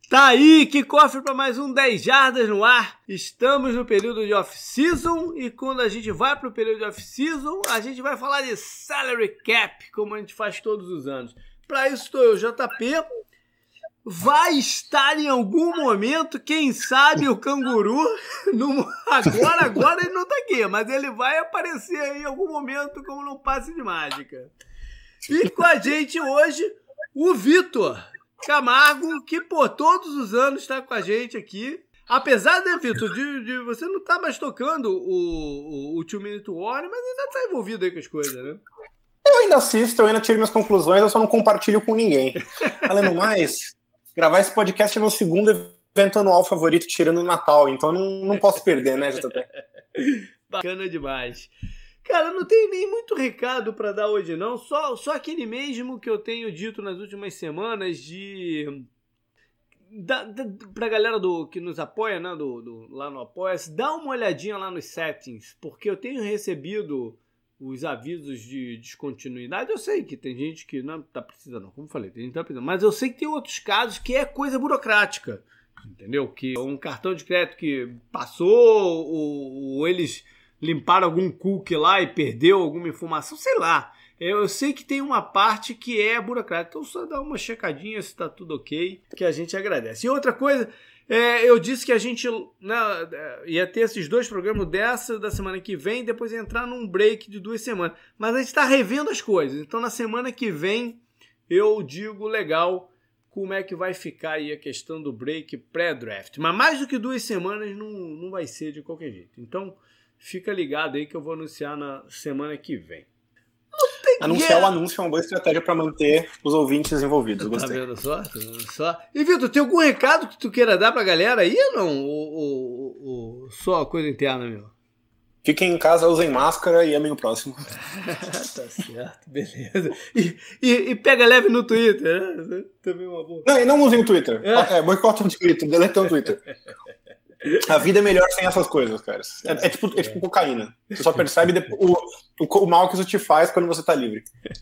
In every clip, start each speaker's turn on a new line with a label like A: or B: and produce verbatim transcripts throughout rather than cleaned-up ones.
A: Tá aí, que cofre para mais um dez Jardas no ar. Estamos no período de off-season e quando a gente vai para o período de off-season, a gente vai falar de salary cap, como a gente faz todos os anos. Para isso estou eu, J P. Vai estar em algum momento, quem sabe, o Canguru. No... Agora, agora ele não tá aqui, mas ele vai aparecer aí em algum momento como num passe de mágica. E com a gente hoje, o Vitor Camargo, que por todos os anos está com a gente aqui. Apesar, né, Vitor, de, de você não estar tá mais tocando o, o, o Two Minute Warning, mas ainda está envolvido aí com as coisas, né?
B: Eu ainda assisto, eu ainda tiro minhas conclusões, eu só não compartilho com ninguém. Além do mais, gravar esse podcast é meu segundo evento anual favorito, tirando o Natal, então eu não, não posso perder, né, J P?
A: Bacana demais. Cara, não tem nem muito recado para dar hoje, não. Só, só aquele mesmo que eu tenho dito nas últimas semanas de... Da, da, pra galera do, que nos apoia, né, do, do, lá no Apoia-se, dá uma olhadinha lá nos settings, porque eu tenho recebido os avisos de descontinuidade. Eu sei que tem gente que não tá precisando, como eu falei, tem gente que tá precisando, mas eu sei que tem outros casos que é coisa burocrática, entendeu? Que um cartão de crédito que passou, ou, ou eles... limparam algum cookie lá e perdeu alguma informação, sei lá. Eu sei que tem uma parte que é burocrática, então só dá uma checadinha se tá tudo ok, que a gente agradece. E outra coisa, é, eu disse que a gente né, ia ter esses dois programas dessa, da semana que vem, e depois ia entrar num break de duas semanas. Mas a gente está revendo as coisas, então na semana que vem eu digo legal como é que vai ficar aí a questão do break pré-draft. Mas mais do que duas semanas não, não vai ser de qualquer jeito. Então... fica ligado aí que eu vou anunciar na semana que vem.
B: Anunciar o anúncio é uma boa estratégia para manter os ouvintes envolvidos.
A: Tá vendo só? Tá vendo só? E, Vitor, tem algum recado que tu queira dar pra galera aí ou não? Ou, ou, ou só coisa interna, meu?
B: Fiquem em casa, usem máscara e amem o próximo.
A: Tá certo, beleza. E, e, e pega leve no Twitter, né? Também uma boa.
B: Não, e não usem o Twitter. É, é boicotam o Twitter, deletam o Twitter. A vida é melhor sem essas coisas, cara. É, é, tipo, é tipo cocaína. Você só percebe depois, o, o, o mal que isso te faz quando você tá livre.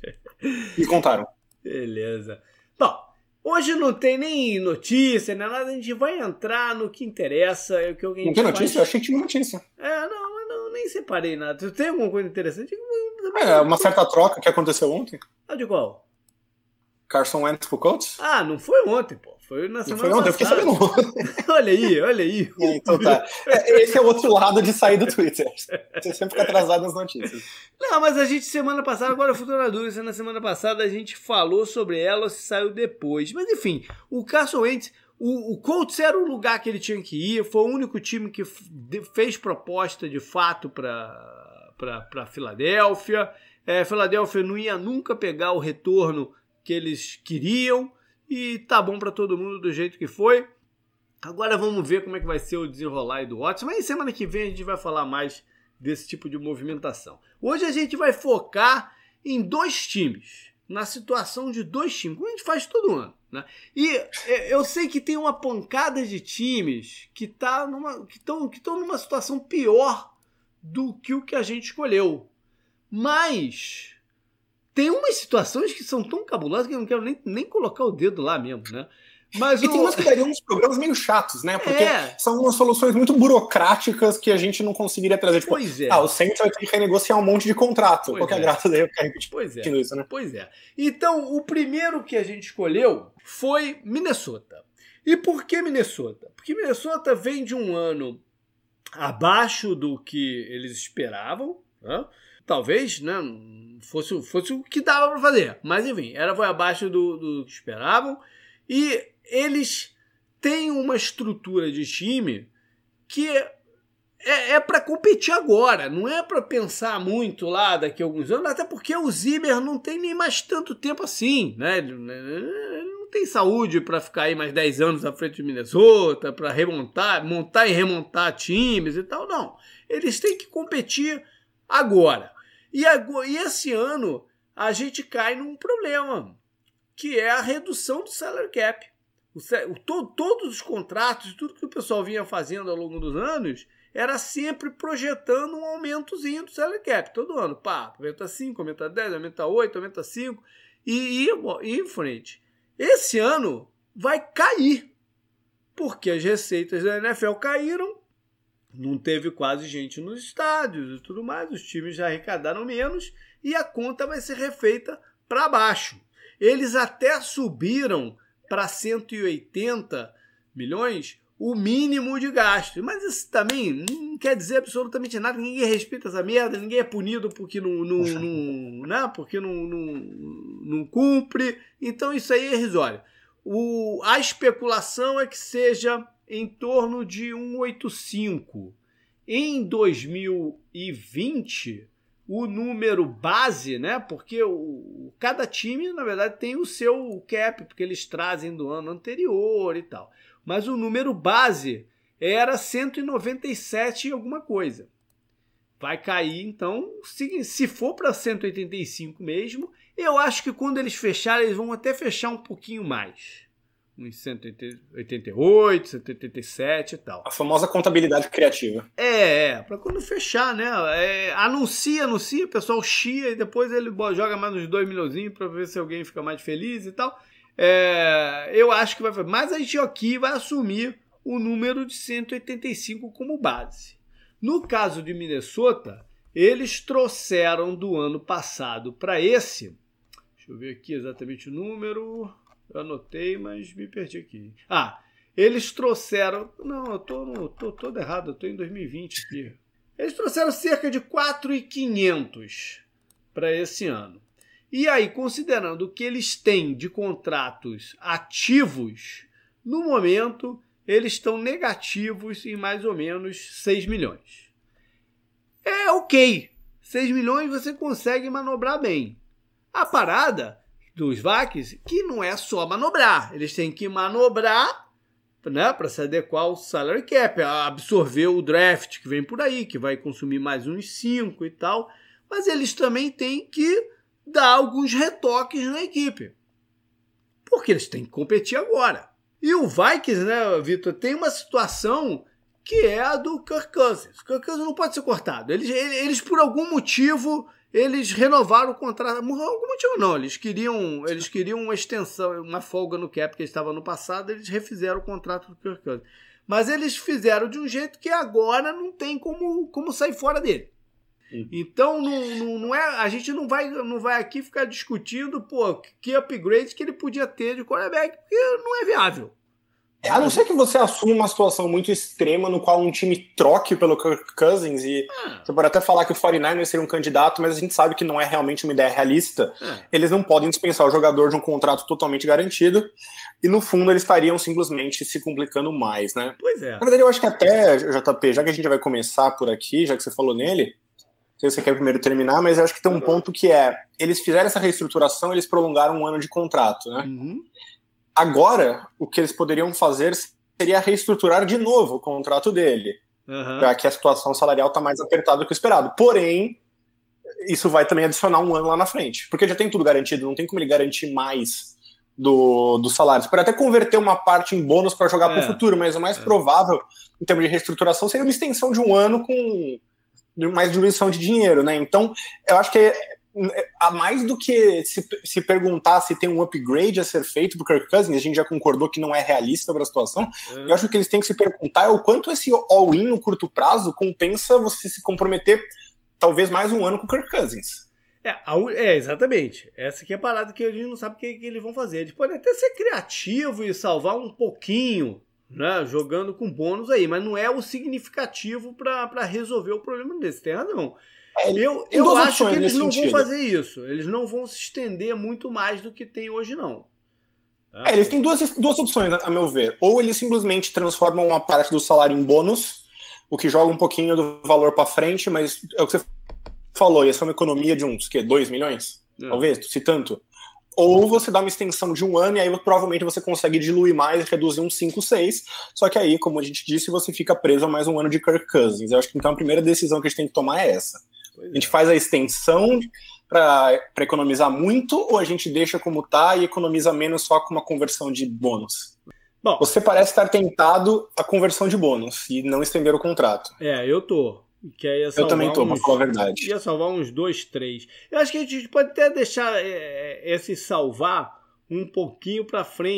B: Me contaram.
A: Beleza. Bom, hoje não tem nem notícia, nem nada. A gente vai entrar no que interessa. É o que alguém
B: não tem notícia?
A: faz.
B: Eu achei que tinha notícia.
A: É, não, mas não, nem separei nada. Tu tem alguma coisa interessante?
B: É, uma certa troca que aconteceu ontem.
A: Ah, de qual?
B: Carson Wentz pro Colts?
A: Ah, não foi ontem, pô. Foi na semana
B: foi ontem,
A: passada.
B: eu fiquei sabendo.
A: Olha aí, olha aí.
B: É, então tá. Esse é o outro lado de sair do Twitter. Você sempre fica atrasado nas notícias.
A: Não, mas a gente semana passada, agora eu fui na dúvida, na semana passada a gente falou sobre ela, se saiu depois. Mas enfim, o Carson Wentz, o, o Colts era o lugar que ele tinha que ir, foi o único time que fez proposta de fato para para Filadélfia. É, Filadélfia não ia nunca pegar o retorno que eles queriam. E tá bom pra todo mundo do jeito que foi. Agora vamos ver como é que vai ser o desenrolar aí do Watson. Mas semana que vem a gente vai falar mais desse tipo de movimentação. Hoje a gente vai focar em dois times. Na situação de dois times, como a gente faz todo ano, né? E eu sei que tem uma pancada de times que tá numa, que estão que estão numa situação pior do que o que a gente escolheu. Mas... tem umas situações que são tão cabulosas que eu não quero nem, nem colocar o dedo lá mesmo, né? Mas
B: e
A: o...
B: tem umas que dariam uns programas meio chatos, né? Porque
A: é.
B: são umas soluções muito burocráticas que a gente não conseguiria trazer. Tipo,
A: pois é.
B: Ah, o Saints vai ter que renegociar um monte de contrato.
A: Pois
B: Qual que é a
A: é.
B: graça daí? Eu ficar
A: pois é.
B: isso, né?
A: Pois é. Então, o primeiro que a gente escolheu foi Minnesota. E por que Minnesota? Porque Minnesota vem de um ano abaixo do que eles esperavam, né? Talvez, né, fosse, fosse o que dava para fazer. Mas, enfim, era, foi abaixo do, do que esperavam. E eles têm uma estrutura de time que é, é para competir agora. Não é para pensar muito lá daqui a alguns anos. Até porque o Zimmer não tem nem mais tanto tempo assim, né? Ele não tem saúde para ficar aí mais dez anos à frente de Minnesota, para remontar, montar e remontar times e tal. Não. Eles têm que competir agora. E, agora, e esse ano a gente cai num problema, que é a redução do salary cap. O, o, to, todos os contratos, tudo que o pessoal vinha fazendo ao longo dos anos, era sempre projetando um aumentozinho do salary cap. Todo ano, pá, aumenta cinco, aumenta dez, aumenta oito, aumenta cinco, e ir em frente. Esse ano vai cair. porque as receitas da N F L caíram, não teve quase gente nos estádios e tudo mais, os times já arrecadaram menos e a conta vai ser refeita para baixo. Eles até subiram para cento e oitenta milhões o mínimo de gasto. Mas isso também não quer dizer absolutamente nada. Ninguém respeita essa merda, ninguém é punido porque não, não, não, né? porque não, não, não cumpre. Então isso aí é irrisório. O, a especulação é que seja em torno de cento e oitenta e cinco. Em dois mil e vinte, o número base, né? Porque o, cada time, na verdade, tem o seu cap, porque eles trazem do ano anterior e tal. Mas o número base era cento e noventa e sete e alguma coisa. Vai cair, então, se, se for para cento e oitenta e cinco mesmo, eu acho que quando eles fecharem, eles vão até fechar um pouquinho mais. Uns cento e oitenta e oito, cento e oitenta e sete e tal.
B: A famosa contabilidade criativa.
A: É, é, para quando fechar, né? É, anuncia, anuncia, o pessoal chia e depois ele joga mais uns dois milhãozinhos para ver se alguém fica mais feliz e tal. É, eu acho que vai fazer. Mas a gente aqui vai assumir o número de cento e oitenta e cinco como base. No caso de Minnesota, eles trouxeram do ano passado para esse. Deixa eu ver aqui exatamente o número. Eu anotei, mas me perdi aqui. Ah, eles trouxeram. Não, eu tô, no, tô todo errado, eu tô em dois mil e vinte aqui. Eles trouxeram cerca de quatro mil e quinhentos para esse ano. E aí, considerando o que eles têm de contratos ativos, no momento, eles estão negativos em mais ou menos seis milhões. É ok. seis milhões você consegue manobrar bem. A parada dos Vikings, que não é só manobrar. Eles têm que manobrar, né, para se adequar ao salary cap, absorver o draft que vem por aí, que vai consumir mais uns cinco e tal. Mas eles também têm que dar alguns retoques na equipe. Porque eles têm que competir agora. E o Vikings, né, Vitor, tem uma situação que é a do Kirk Cousins. O Kirk Cousins não pode ser cortado. Eles, eles por algum motivo, eles renovaram o contrato. Por algum motivo não, eles queriam, eles queriam uma extensão, uma folga no cap que estava no passado, eles refizeram o contrato do Kirk Cousins. Mas eles fizeram de um jeito que agora não tem como, como sair fora dele. Então, não, não, não é, a gente não vai, não vai aqui ficar discutindo pô, que upgrade que ele podia ter de quarterback, porque não é viável.
B: É, a não ser que você assume uma situação muito extrema no qual um time troque pelo Kirk Cousins e ah. você pode até falar que o quarenta e nove ers seria um candidato, mas a gente sabe que não é realmente uma ideia realista. Ah. Eles não podem dispensar o jogador de um contrato totalmente garantido e, no fundo, eles estariam simplesmente se complicando mais, né?
A: Pois é.
B: Na verdade, eu acho que até, J P, já que a gente vai começar por aqui, já que você falou nele, não sei se você quer primeiro terminar, mas eu acho que tem um ponto que é, eles fizeram essa reestruturação, eles prolongaram um ano de contrato, né?
A: Uhum.
B: Agora, o que eles poderiam fazer seria reestruturar de novo o contrato dele,
A: uhum.
B: já que a situação salarial está mais apertada do que o esperado. Porém, isso vai também adicionar um ano lá na frente, porque já tem tudo garantido, não tem como ele garantir mais do, do salário. Você pode até converter uma parte em bônus para jogar é. para o futuro, mas o mais é. provável, em termos de reestruturação, seria uma extensão de um ano com mais diluição de dinheiro, né? Então, eu acho que é, a mais do que se, se perguntar se tem um upgrade a ser feito pro Kirk Cousins, a gente já concordou que não é realista para a situação, uhum. eu acho que o que eles têm que se perguntar é o quanto esse all-in no curto prazo compensa você se comprometer talvez mais um ano com o Kirk Cousins.
A: É, é, exatamente. Essa aqui é a parada que a gente não sabe o que, que eles vão fazer. Eles podem até ser criativos e salvar um pouquinho, né, jogando com bônus aí, mas não é o significativo para resolver o problema desse. Tem razão.
B: É,
A: eu eu acho que eles não sentido. vão fazer isso. Eles não vão se estender muito mais do que tem hoje, não.
B: Tá? É, eles têm duas, duas opções, a meu ver. Ou eles simplesmente transformam uma parte do salário em bônus, o que joga um pouquinho do valor para frente, mas é o que você falou, ia ser uma economia de uns, que, dois milhões? É. Talvez, se tanto. Ou você dá uma extensão de um ano e aí provavelmente você consegue diluir mais, reduzir uns cinco, seis. Só que aí, como a gente disse, você fica preso a mais um ano de Kirk Cousins. Eu acho que então a primeira decisão que a gente tem que tomar é essa. Pois a gente é. faz a extensão para economizar muito ou a gente deixa como tá e economiza menos só com uma conversão de bônus? Bom, você parece estar tentado a conversão de bônus e não estender o contrato.
A: É, eu tô. Que ia
B: eu também tô,
A: uns,
B: pra falar a verdade.
A: Ia salvar uns dois, três. Eu acho que a gente pode até deixar é, esse salvar um pouquinho pra frente,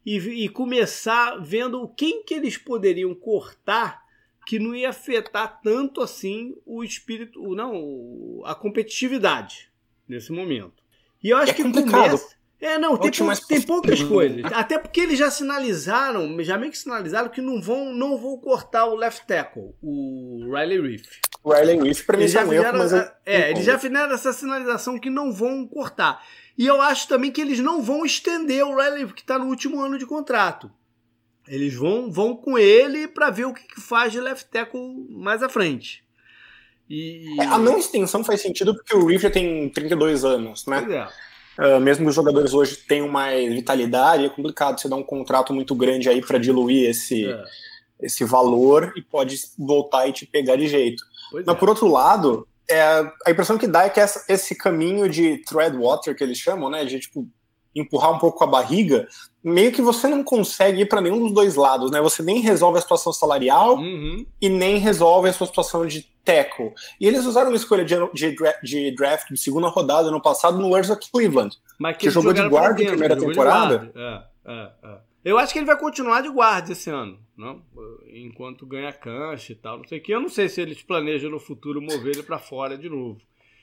A: e, e começar vendo quem que eles poderiam cortar que não ia afetar tanto assim o espírito, não, a competitividade nesse momento. E eu acho
B: é
A: que
B: complicado.
A: começa... É, não, tem, pou, tem poucas coisas. Até porque eles já sinalizaram, já meio que sinalizaram que não vão, não vão cortar o left tackle, o Riley Reiff.
B: O Riley Reiff, pra mim, já é um erro, mas...
A: É, é eles já fizeram essa sinalização que não vão cortar. E eu acho também que eles não vão estender o Riley Reiff, que está no último ano de contrato. Eles vão, vão com ele para ver o que, que faz de left tackle mais à frente. E...
B: É, a não extensão faz sentido porque o Reiff já tem trinta e dois anos, né?
A: Pois é.
B: Uh, mesmo que os jogadores hoje tenham mais vitalidade, é complicado você dar um contrato muito grande aí para diluir esse, é. esse valor e pode voltar e te pegar de jeito. Pois Mas é. Por outro lado, é, a impressão que dá é que essa, esse caminho de tread water que eles chamam, né, de tipo, empurrar um pouco com a barriga, meio que você não consegue ir para nenhum dos dois lados, né? Você nem resolve a situação salarial
A: uhum.
B: e nem resolve a sua situação de tackle. E eles usaram uma escolha de, de, de draft de segunda rodada no passado no Urza Cleveland,
A: Mas que,
B: que jogou de guarda na primeira temporada.
A: É, é, é. Eu acho que ele vai continuar de guarda esse ano, não? Enquanto ganha cancha e tal, não sei o que. Eu não sei se eles planejam no futuro mover ele para fora de novo.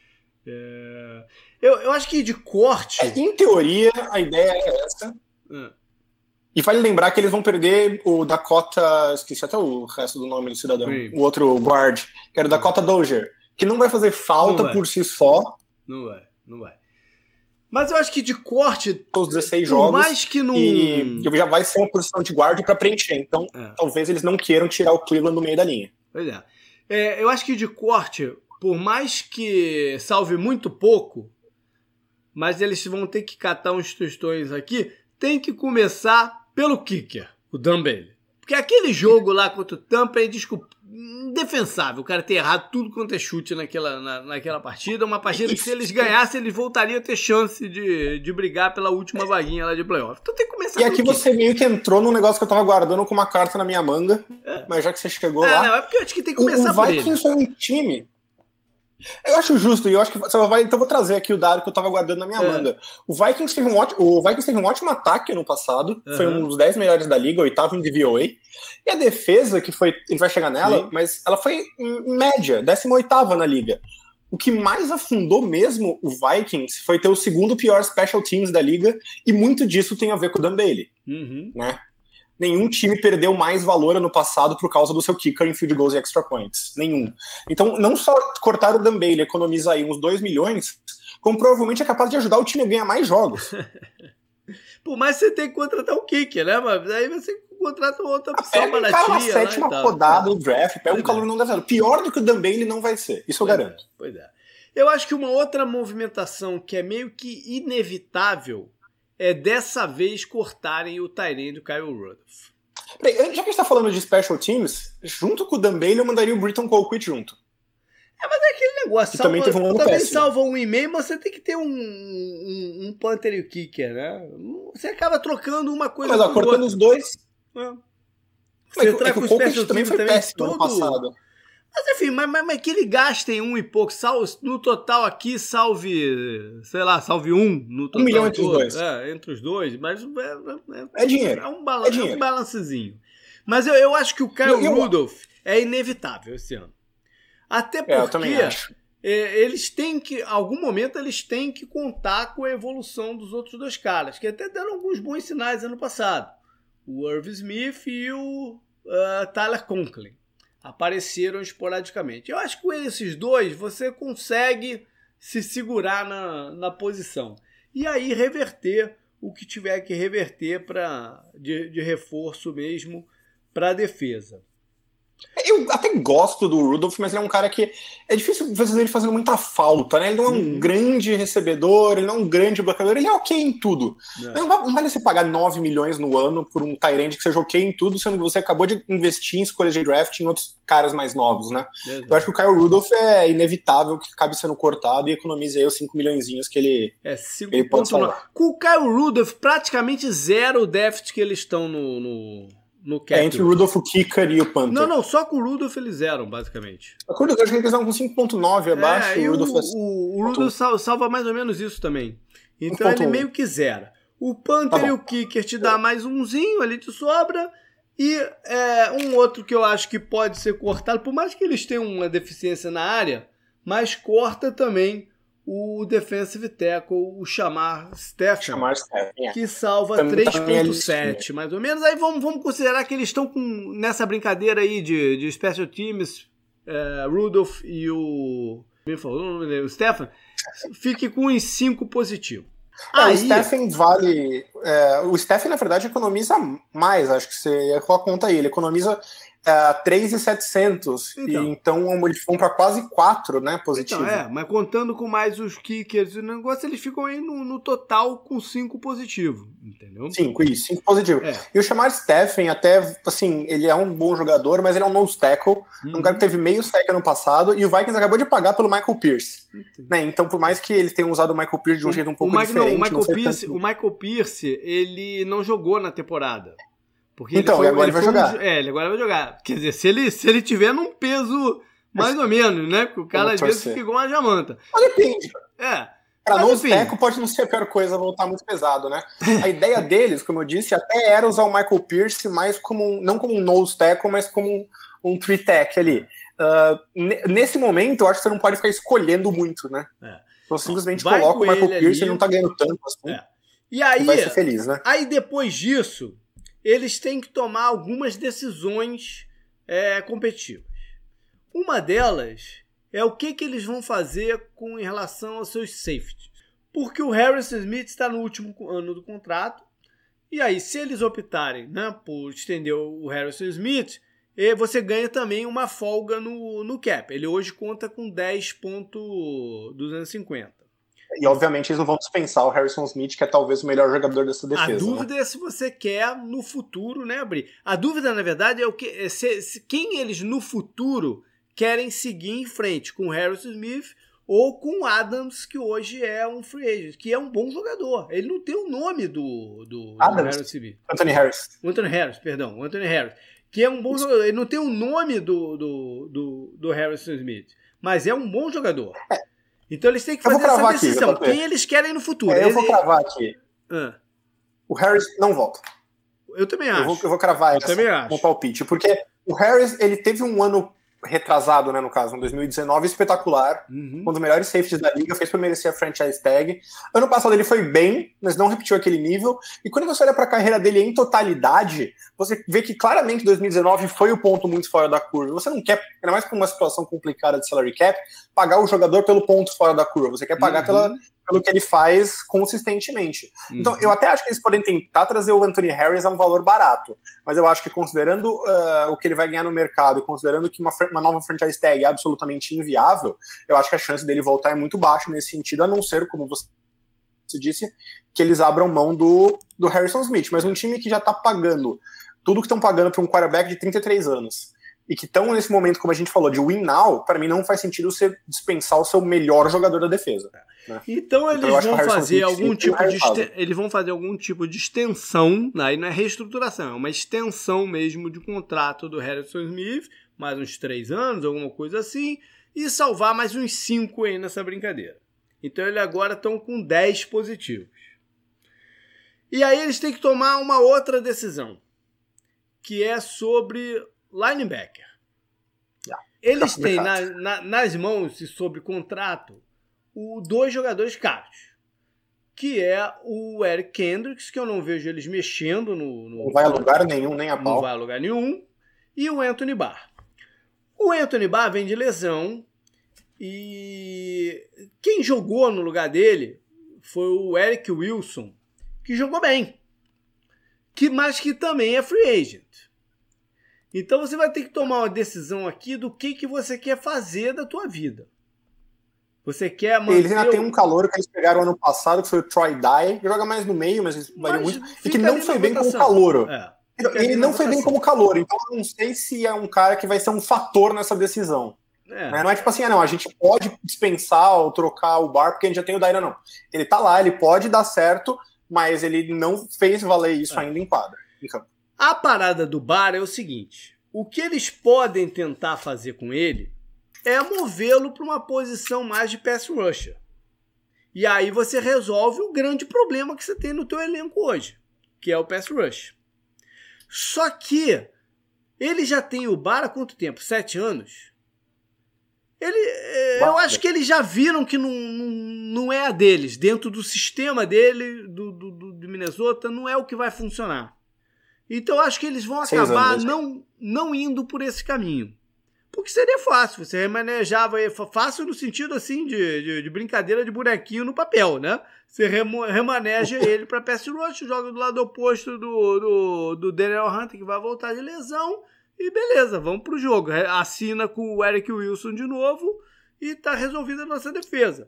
A: É... Eu, eu acho que de corte...
B: É, em teoria, a ideia é essa.
A: É.
B: E vale lembrar que eles vão perder o Dakota... Esqueci até o resto do nome do cidadão.
A: Sim.
B: O outro guard, que era o Dakota Dozier, que não vai fazer falta
A: vai.
B: por si só.
A: Não vai, não vai. Mas eu acho que de corte...
B: Os dezesseis jogos.
A: Mais que não...
B: E já vai ser uma posição de guard para preencher. Então, é. talvez eles não queiram tirar o Cleveland do meio da linha.
A: Pois é. é. Eu acho que de corte, por mais que salve muito pouco, mas eles vão ter que catar uns tostões aqui, tem que começar pelo kicker, o Dan Bailey. Porque aquele jogo lá contra o Tampa é desculpa, indefensável o cara ter errado tudo quanto é chute naquela, na, naquela partida. Uma partida que se eles ganhassem, eles voltariam a ter chance de, de brigar pela última vaguinha lá de playoff. Então tem que começar
B: E aqui você meio que entrou num negócio que eu tava guardando com uma carta na minha manga,
A: é.
B: mas já que você chegou
A: é,
B: lá...
A: Não, é porque eu acho que tem que começar
B: o,
A: por
B: o Vikings foi um time... Eu acho justo, e eu acho que você vai. Então vou trazer aqui o dado que eu tava guardando na minha é. manga. O Vikings teve um ótimo, o Vikings teve um ótimo ataque no passado, uhum. foi um dos dez melhores da liga, oitavo em D V O A. E a defesa, que foi. Ele vai chegar nela, Sim. mas ela foi em média, décima oitava na liga. O que mais afundou mesmo o Vikings foi ter o segundo pior special teams da liga, e muito disso tem a ver com o Dan Bailey.
A: Uhum.
B: Né? Nenhum time perdeu mais valor ano passado por causa do seu kicker em field goals e extra points. Nenhum. Então, não só cortar o Dan Bailey economiza aí uns dois milhões, como provavelmente é capaz de ajudar o time a ganhar mais jogos.
A: Por mais que você tenha que contratar um kicker, né? Mas aí você contrata outra opção baratinha.
B: Pega na sétima rodada do draft, pega um calor não dá zero. Pior do que o Dan Bailey não vai ser. Isso eu
A: pois
B: garanto.
A: É, pois é. Eu acho que uma outra movimentação que é meio que inevitável é dessa vez cortarem o tight end do Kyle Rudolph.
B: Peraí, já que a gente tá falando de special teams, junto com o Dan Bailey eu mandaria o Britton Colquitt junto.
A: É, mas é aquele negócio,
B: que
A: salva,
B: também teve um ano
A: também
B: péssimo.
A: salva um e-mail, mas você tem que ter um, um, um punter e o kicker, né? Você acaba trocando uma coisa
B: mas, ó, cortando
A: outra.
B: os dois...
A: É.
B: Você é, é que o Colquitt também foi também péssimo todo... ano passado.
A: Mas enfim, mas, mas, mas que ele gaste em um e pouco, salve, no total aqui salve, sei lá, salve um no total.
B: Um milhão entre
A: todo.
B: os dois.
A: É, entre os dois, mas é,
B: é, é dinheiro.
A: É um, balan-
B: é dinheiro.
A: É um balancezinho. Mas eu, eu acho que o Kyle eu, eu... Rudolph é inevitável esse ano. Até porque
B: é, eu também acho.
A: É, eles têm que, em algum momento, eles têm que contar com a evolução dos outros dois caras, que até deram alguns bons sinais ano passado. O Irv Smith e o uh, Tyler Conklin apareceram esporadicamente. Eu acho que com esses dois você consegue se segurar na, na posição. E aí reverter o que tiver que reverter pra, de, de reforço mesmo para a defesa.
B: Eu até gosto do Rudolph, mas ele é um cara que é difícil fazer ele fazendo muita falta, né? Ele não é um uhum. grande recebedor, ele não é um grande bloqueador, ele é ok em tudo. É. Não, não vale você pagar nove milhões no ano por um tight end que seja ok em tudo, sendo que você acabou de investir em escolhas de draft em outros caras mais novos, né? Exato. Eu acho que o Kyle Rudolph é inevitável que acabe sendo cortado e economize aí os cinco milhõezinhos que ele,
A: é,
B: ele pode salvar.
A: Com o Kyle Rudolph, praticamente zero o déficit que eles estão no... no... No
B: é entre o Rudolph, o Kicker e o Panther.
A: Não, não, só com o Rudolph eles eram, basicamente.
B: O Rudolph, eu acho que eles estavam com cinco ponto nove abaixo.
A: É,
B: e o Rudolph,
A: o, o, o Rudolph salva mais ou menos isso também. Então ele meio que zera. O Panther
B: Tá
A: e o Kicker te dá mais umzinho ali de sobra. E é, um outro que eu acho que pode ser cortado, por mais que eles tenham uma deficiência na área, mas corta também o defensive tackle, o Shamar Stephen,
B: Chamar Stephen, é.
A: que salva
B: Também
A: três
B: tá na minha
A: ponto sete, mais ou menos. Aí vamos, vamos considerar que eles estão com, nessa brincadeira aí de, de special teams, é, Rudolph e o, o Stephen, fique com uns cinco positivos.
B: É,
A: Aí,
B: o Stephen vale. É, o Stephen, na verdade, economiza mais, acho que você ia com a conta aí. Ele economiza é, três mil e setecentos. Então, e, então eles vão para quase quatro, né? Positivo.
A: Então, é, mas contando com mais os kickers e o negócio, eles ficam aí no, no total com cinco positivo, entendeu?
B: Cinco, isso, cinco positivo.
A: É.
B: E o Shamar Stephen, até, assim, ele é um bom jogador, mas ele é um nose tackle, uhum. um cara que teve meio sack ano passado, e o Vikings acabou de pagar pelo Michael Pierce. Né? Então, por mais que eles tenham usado o Michael Pierce de um o, jeito um pouco
A: o Mike,
B: diferente...
A: Não, o, Michael
B: não
A: Pierce,
B: tanto...
A: o Michael Pierce, ele não jogou na temporada. Porque
B: então,
A: ele foi,
B: e agora
A: ele
B: ele vai jogar.
A: Um, é, ele agora vai jogar. Quer dizer, se ele, se ele tiver num peso mais ou menos, né? Porque o cara às vezes fica igual uma jamanta.
B: Mas depende.
A: É.
B: Pra nose tackle pode não ser a pior coisa voltar muito pesado, né? A ideia deles, como eu disse, até era usar o Michael Pierce mais como um, não como um nose tackle, mas como um, um three tech ali. Uh, nesse momento, eu acho que você não pode ficar escolhendo muito, né? É. Então simplesmente vai coloca o Michael Pierce, ali. Ele não tá ganhando tanto assim. É.
A: E aí,
B: vai ser feliz, né?
A: Aí depois disso, eles têm que tomar algumas decisões é, competitivas. Uma delas é o que, que eles vão fazer com em relação aos seus safeties. Porque o Harrison Smith está no último ano do contrato. E aí, se eles optarem, né, por estender o Harrison Smith, você ganha também uma folga no, no cap. Ele hoje conta com dez vírgula duzentos e cinquenta.
B: E, obviamente, eles não vão dispensar o Harrison Smith, que é talvez o melhor jogador dessa defesa.
A: A dúvida, né? É se você quer no futuro, né, Bri? A dúvida, na verdade, é o que é se, se, quem eles no futuro querem seguir em frente, com o Harrison Smith ou com o Adams, que hoje é um free agent, que é um bom jogador. Ele não tem o nome do, do, do Harrison Smith.
B: Anthony Harris.
A: Anthony Harris, perdão. O Anthony Harris. Que é um bom Isso. jogador. Ele não tem o nome do, do, do, do Harrison Smith, mas é um bom jogador. É. Então eles têm que fazer essa decisão. Aqui, quem eles querem no futuro.
B: É, eu
A: eles,
B: vou cravar aqui.
A: Ah.
B: O Harris não volta.
A: Eu também acho.
B: Eu vou, eu vou cravar
A: eu
B: essa
A: também acho.
B: no palpite. Porque o Harris, ele teve um ano retrasado, né, no caso, em dois mil e dezenove, espetacular. Uhum. Um dos melhores safeties da liga, fez pra merecer a franchise tag. Ano passado ele foi bem, mas não repetiu aquele nível. E quando você olha pra carreira dele em totalidade, você vê que claramente dois mil e dezenove foi o ponto muito fora da curva. Você não quer, ainda mais com uma situação complicada de salary cap, pagar o jogador pelo ponto fora da curva. Você quer pagar uhum. pela, pelo que ele faz consistentemente. Uhum. Então, eu até acho que eles podem tentar trazer o Anthony Harris a um valor barato. Mas eu acho que considerando uh, o que ele vai ganhar no mercado, considerando que uma, uma nova franchise tag é absolutamente inviável, eu acho que a chance dele voltar é muito baixa nesse sentido, a não ser, como você disse, que eles abram mão do, do Harrison Smith. Mas um time que já está pagando tudo que estão pagando para um quarterback de trinta e três anos e que estão nesse momento, como a gente falou, de win now, para mim não faz sentido você dispensar o seu melhor jogador da defesa. Né?
A: Então eles então, vão fazer algum tipo de este... eles vão fazer algum tipo de extensão, aí não é reestruturação, é uma extensão mesmo de contrato do Harrison Smith, mais uns três anos, alguma coisa assim, e salvar mais uns cinco aí nessa brincadeira. Então eles agora estão com dez positivos. E aí eles têm que tomar uma outra decisão, que é sobre linebacker. Yeah. Eles têm na, na, nas mãos e sob contrato o, dois jogadores caros, que é o Eric Kendricks, que eu não vejo eles mexendo no... no
B: não vai a lugar nenhum, nem a pau.
A: Não vai a lugar nenhum. E o Anthony Barr. O Anthony Barr vem de lesão e quem jogou no lugar dele foi o Eric Wilson, que jogou bem, que, mas que também é free agent. Então você vai ter que tomar uma decisão aqui do que, que você quer fazer da tua vida. Você quer manter...
B: Eles ainda o... tem um calor que eles pegaram ano passado, que foi o Troy Dye, que joga mais no meio, mas ele varia muito, e que não foi bem como calouro. É, ele não foi bem como calor, então eu não sei se é um cara que vai ser um fator nessa decisão. É. Né? Não é tipo assim, ah, não, a gente pode dispensar ou trocar o Barr porque a gente já tem o Dye, não. Ele tá lá, ele pode dar certo, mas ele não fez valer isso é. ainda em quadra. Então.
A: A parada do Barr é o seguinte, o que eles podem tentar fazer com ele é movê-lo para uma posição mais de pass rusher. E aí você resolve o grande problema que você tem no teu elenco hoje, que é o pass rush. Só que ele já tem o Barr há quanto tempo? Sete anos? Ele, eu acho que eles já viram que não, não, não é a deles. Dentro do sistema dele, do, do, do Minnesota, não é o que vai funcionar. Então eu acho que eles vão acabar não, não indo por esse caminho. Porque seria fácil, você remanejava, fácil no sentido assim de, de, de brincadeira de bonequinho no papel, né? Você remo, remaneja ele para pass rush, joga do lado oposto do, do, do Daniel Hunter, que vai voltar de lesão, e beleza, vamos pro jogo. Assina com o Eric Wilson de novo e tá resolvida a nossa defesa.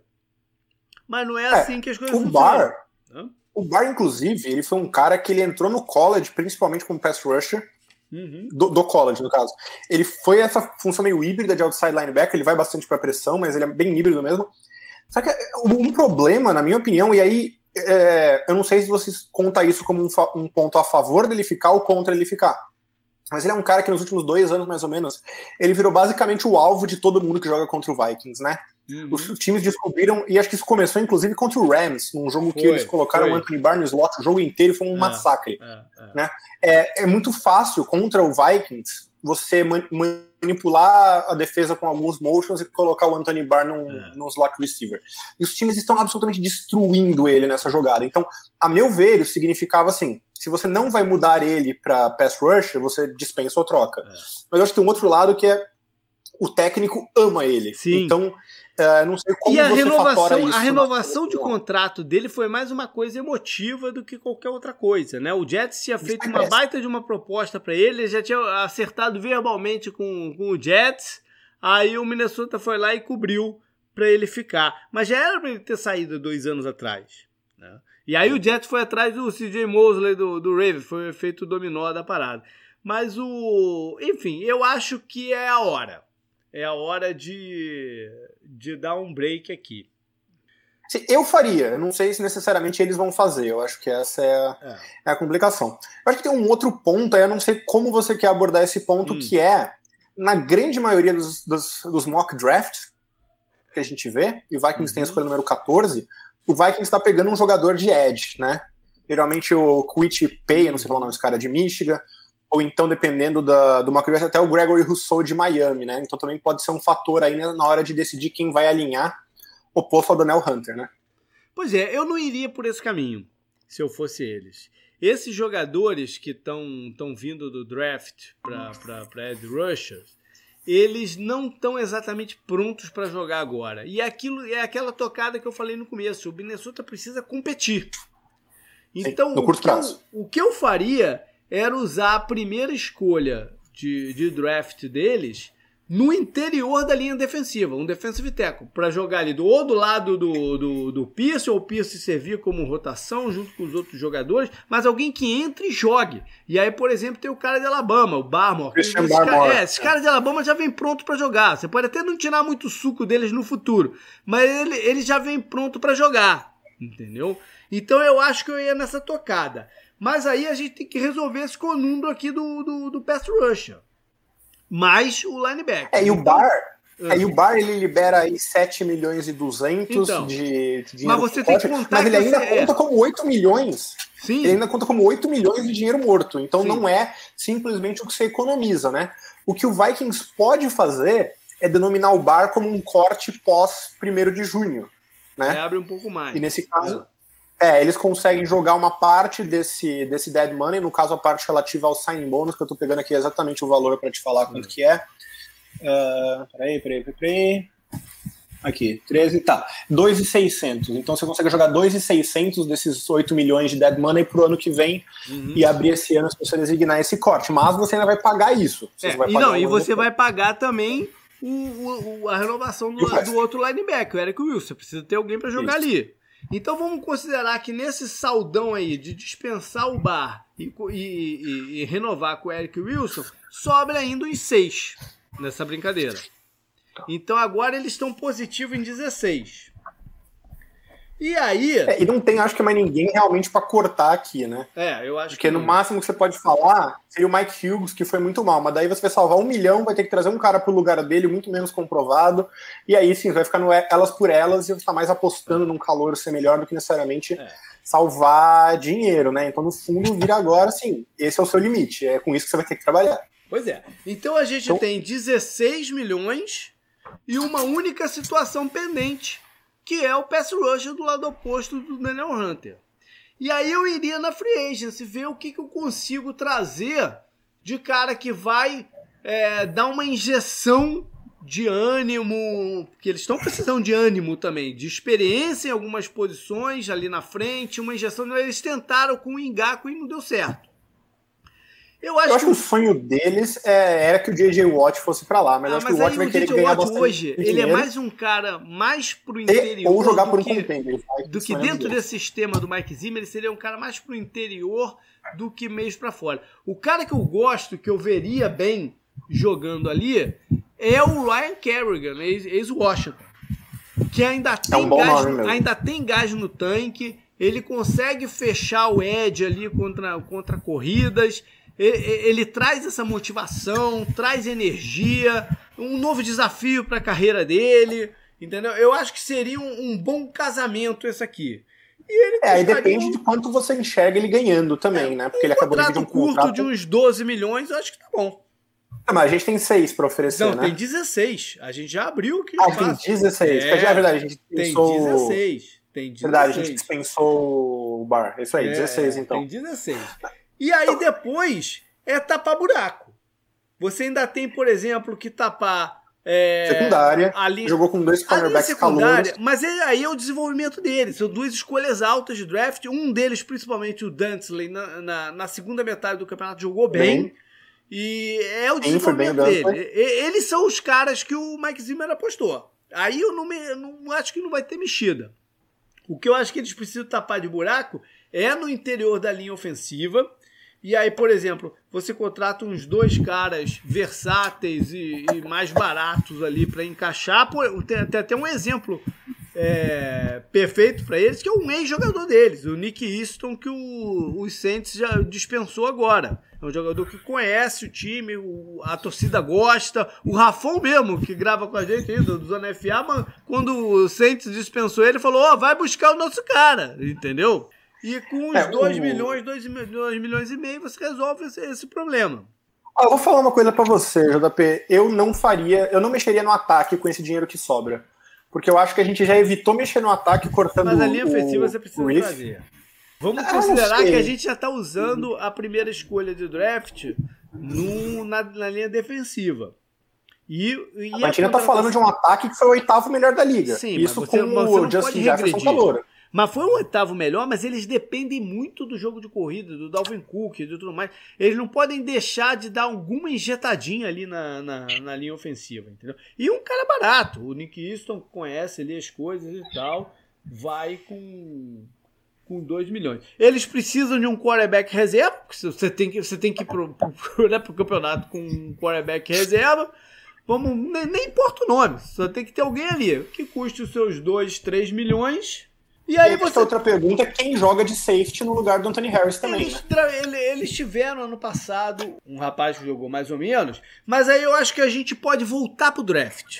A: Mas não é, é assim que as coisas
B: o
A: funcionam.
B: Barr, né? O Barr, inclusive, ele foi um cara que ele entrou no college, principalmente como pass rusher, Uhum. Do, do college, no caso. Ele foi essa função meio híbrida de outside linebacker, ele vai bastante para pressão, mas ele é bem híbrido mesmo. Só que um problema, na minha opinião, e aí é, eu não sei se vocês contam isso como um, um ponto a favor dele ficar ou contra ele ficar. Mas ele é um cara que nos últimos dois anos, mais ou menos, ele virou basicamente o alvo de todo mundo que joga contra o Vikings, né? Uhum. Os times descobriram, e acho que isso começou inclusive contra o Rams, num jogo foi, que eles colocaram o Anthony Barr no slot o jogo inteiro, foi um é, massacre. É, é. Né? É, é muito fácil contra o Vikings você man- manipular a defesa com alguns motions e colocar o Anthony Barr num, é. num slot receiver. E os times estão absolutamente destruindo ele nessa jogada. Então, a meu ver, isso significava assim, se você não vai mudar ele para pass rush, você dispensa ou troca. É. Mas eu acho que tem um outro lado que é o técnico ama ele. Sim. Então, Uh, não sei como
A: e a
B: você
A: renovação,
B: isso
A: a renovação de contrato dele foi mais uma coisa emotiva do que qualquer outra coisa, né? O Jets tinha feito uma baita de uma proposta para ele, ele já tinha acertado verbalmente com, com o Jets, aí o Minnesota foi lá e cobriu para ele ficar. Mas já era para ele ter saído dois anos atrás, né? E aí o Jets foi atrás do C J Mosley do, do Ravens, foi o efeito dominó da parada. Mas o... Enfim, eu acho que é a hora. É a hora de, de dar um break aqui.
B: Eu faria. Eu não sei se necessariamente eles vão fazer. Eu acho que essa é a, é. É a complicação. Eu acho que tem um outro ponto, aí eu não sei como você quer abordar esse ponto, hum. que é, na grande maioria dos, dos, dos mock drafts que a gente vê, e o Vikings uhum. tem a escolha número catorze, o Vikings está pegando um jogador de edge, né? Geralmente o Quitty Pay, eu não sei falar o nome desse cara, de Michigan, ou então, dependendo da, do mock draft, até o Gregory Rousseau de Miami, né? Então também pode ser um fator aí na hora de decidir quem vai alinhar oposto ao Daniel Hunter, né?
A: Pois é, eu não iria por esse caminho, se eu fosse eles. Esses jogadores que estão vindo do draft para Ed Rushers, eles não estão exatamente prontos para jogar agora. E aquilo é aquela tocada que eu falei no começo, o Minnesota precisa competir. Então,
B: Sim, no curto
A: o, que eu,
B: prazo.
A: o que eu faria era usar a primeira escolha de, de draft deles no interior da linha defensiva, um defensive tackle, para jogar ali do, ou do lado do, do, do Pierce, ou o Pierce servir como rotação junto com os outros jogadores, mas alguém que entre e jogue. E aí, por exemplo, tem o cara de Alabama, o Barmore.
B: Christian
A: Esse
B: Barmore.
A: Cara, é, esses caras de Alabama já vêm pronto para jogar. Você pode até não tirar muito suco deles no futuro, mas ele, ele já vem pronto para jogar, entendeu? Então eu acho que eu ia nessa tocada. Mas aí a gente tem que resolver esse conundro aqui do, do, do pass rusher. Mais o linebacker.
B: É, e o
A: então,
B: Barr, é, e o Barr ele libera aí sete milhões e duzentos
A: então,
B: de, de dinheiro.
A: Mas você tem que contar
B: Mas ele ainda
A: você,
B: conta
A: é.
B: como oito milhões.
A: Sim.
B: Ele ainda conta como oito milhões de dinheiro morto. Então
A: Sim.
B: não é simplesmente o que você economiza, né? O que o Vikings pode fazer é denominar o Barr como um corte pós primeiro de junho. Né?
A: É, abre um pouco mais.
B: E nesse caso... É. É, eles conseguem jogar uma parte desse, desse dead money, no caso a parte relativa ao signing bonus, que eu tô pegando aqui exatamente o valor para te falar quanto que é. Uh, peraí, peraí, peraí, peraí. Aqui, treze, tá. dois mil e seiscentos. Então você consegue jogar dois mil e seiscentos desses oito milhões de dead money pro ano que vem uhum. e abrir esse ano se você designar esse corte. Mas você ainda vai pagar isso. Você
A: É,
B: vai
A: e
B: pagar
A: não,
B: um
A: e você
B: depois.
A: vai pagar também o, o, a renovação do, do outro linebacker, o Eric Wilson. Você precisa ter alguém para jogar isso. ali. Então vamos considerar que nesse saldão aí de dispensar o Barr e, e, e, e renovar com o Eric Wilson, sobra ainda uns seis nessa brincadeira. Então agora eles estão positivos em dezesseis. E aí...
B: É, e não tem, acho que mais ninguém realmente pra cortar aqui, né?
A: É, eu acho
B: Porque
A: que...
B: no máximo que você pode falar seria o Mike Hughes, que foi muito mal. Mas daí você vai salvar um milhão, vai ter que trazer um cara pro lugar dele, muito menos comprovado. E aí sim, vai ficar no elas por elas e você tá mais apostando num calor ser melhor do que necessariamente
A: É.
B: salvar dinheiro, né? Então, no fundo, vira agora, assim, esse é o seu limite. É com isso que você vai ter que trabalhar.
A: Pois é. Então a gente
B: Então...
A: tem dezesseis milhões e uma única situação pendente, que é o pass rusher do lado oposto do Daniel Hunter. E aí eu iria na free agency ver o que, que eu consigo trazer de cara que vai é, dar uma injeção de ânimo, porque eles estão precisando de ânimo também, de experiência em algumas posições ali na frente, uma injeção. Eles tentaram com o Ngakoue e não deu certo. Eu acho,
B: eu acho
A: que
B: o sonho deles é, era que o J J Watt fosse pra lá, mas
A: ah,
B: acho
A: mas
B: que o Watt vai
A: o
B: querer
A: J J
B: ganhar
A: Watt
B: bastante
A: hoje,
B: dinheiro.
A: ele é mais um cara mais pro
B: E,
A: interior
B: ou jogar por
A: do
B: um
A: que,
B: contender.
A: do que dentro desse sistema do Mike Zimmer, ele seria um cara mais pro interior do que mesmo pra fora. O cara que eu gosto, que eu veria bem jogando ali, é o Ryan Kerrigan, ex-Washington, que ainda tem,
B: é um bom
A: gás,
B: nome mesmo.
A: ainda tem gás no tanque, ele consegue fechar o edge ali contra, contra corridas. Ele, ele traz essa motivação, traz energia, um novo desafio para a carreira dele, entendeu? Eu acho que seria um, um bom casamento esse aqui. E ele
B: é, aí depende
A: um...
B: de quanto você enxerga ele ganhando também, é, né? Porque
A: um
B: ele acabou de pedir um
A: curto
B: contrato
A: de uns doze milhões, eu acho que tá bom.
B: Não, mas a gente tem seis para oferecer,
A: Não,
B: né?
A: tem dezesseis. A gente já abriu o que
B: Ah, tem dezesseis. É, é verdade, a gente pensou...
A: Tem dezesseis. Tem dezesseis.
B: Verdade, a gente dispensou o bar. Isso aí,
A: é,
B: dezesseis então.
A: Tem dezesseis. E aí depois é tapar buraco. Você ainda tem, por exemplo, que tapar... É,
B: secundária,
A: ali,
B: jogou com dois cornerbacks calouros.
A: Mas ele, aí é o desenvolvimento deles. São duas escolhas altas de draft. Um deles, principalmente o Dantley, na, na, na segunda metade do campeonato, jogou bem. bem. E é o desenvolvimento Sim, dele. Eles são os caras que o Mike Zimmer apostou. Aí eu não, me, não acho que não vai ter mexida. O que eu acho que eles precisam tapar de buraco é no interior da linha ofensiva. E aí, por exemplo, você contrata uns dois caras versáteis e, e mais baratos ali para encaixar. Tem, tem até um exemplo é, perfeito para eles, que é um ex-jogador deles, o Nick Easton, que o, o Saints já dispensou agora. É um jogador que conhece o time, o, a torcida gosta. O Rafão mesmo, que grava com a gente aí, do, do Zona F A, mas quando o Saints dispensou ele, falou, ó, oh, vai buscar o nosso cara, entendeu? E com os dois milhões, dois milhões e meio, você resolve esse, esse problema.
B: Ah, eu vou falar uma coisa pra você, J P. Eu não faria, eu não mexeria no ataque com esse dinheiro que sobra. Porque eu acho que a gente já evitou mexer no ataque cortando o...
A: Mas a linha ofensiva você precisa fazer. Vamos ah, considerar que a gente já está usando a primeira escolha de draft no, na, na linha defensiva. E, e
B: a Martina está falando de um ataque que foi o oitavo melhor da liga.
A: Sim,
B: isso
A: mas você,
B: com
A: mas você
B: o Justin Jefferson calor.
A: Mas foi o oitavo melhor, mas eles dependem muito do jogo de corrida, do Dalvin Cook e de tudo mais. Eles não podem deixar de dar alguma injetadinha ali na, na, na linha ofensiva, entendeu? E um cara barato, o Nick Easton conhece ali as coisas e tal, vai com... com dois milhões. Eles precisam de um quarterback reserva, porque você tem que, você tem que ir pro, pro, né, pro campeonato com um quarterback reserva. Vamos, nem, nem importa o nome, só tem que ter alguém ali que custe os seus dois, três milhões. E aí
B: e
A: você...
B: outra pergunta é quem joga de safety no lugar do Anthony Harris também.
A: Eles,
B: né?
A: eles tiveram ano passado um rapaz que jogou mais ou menos, mas aí eu acho que a gente pode voltar pro draft.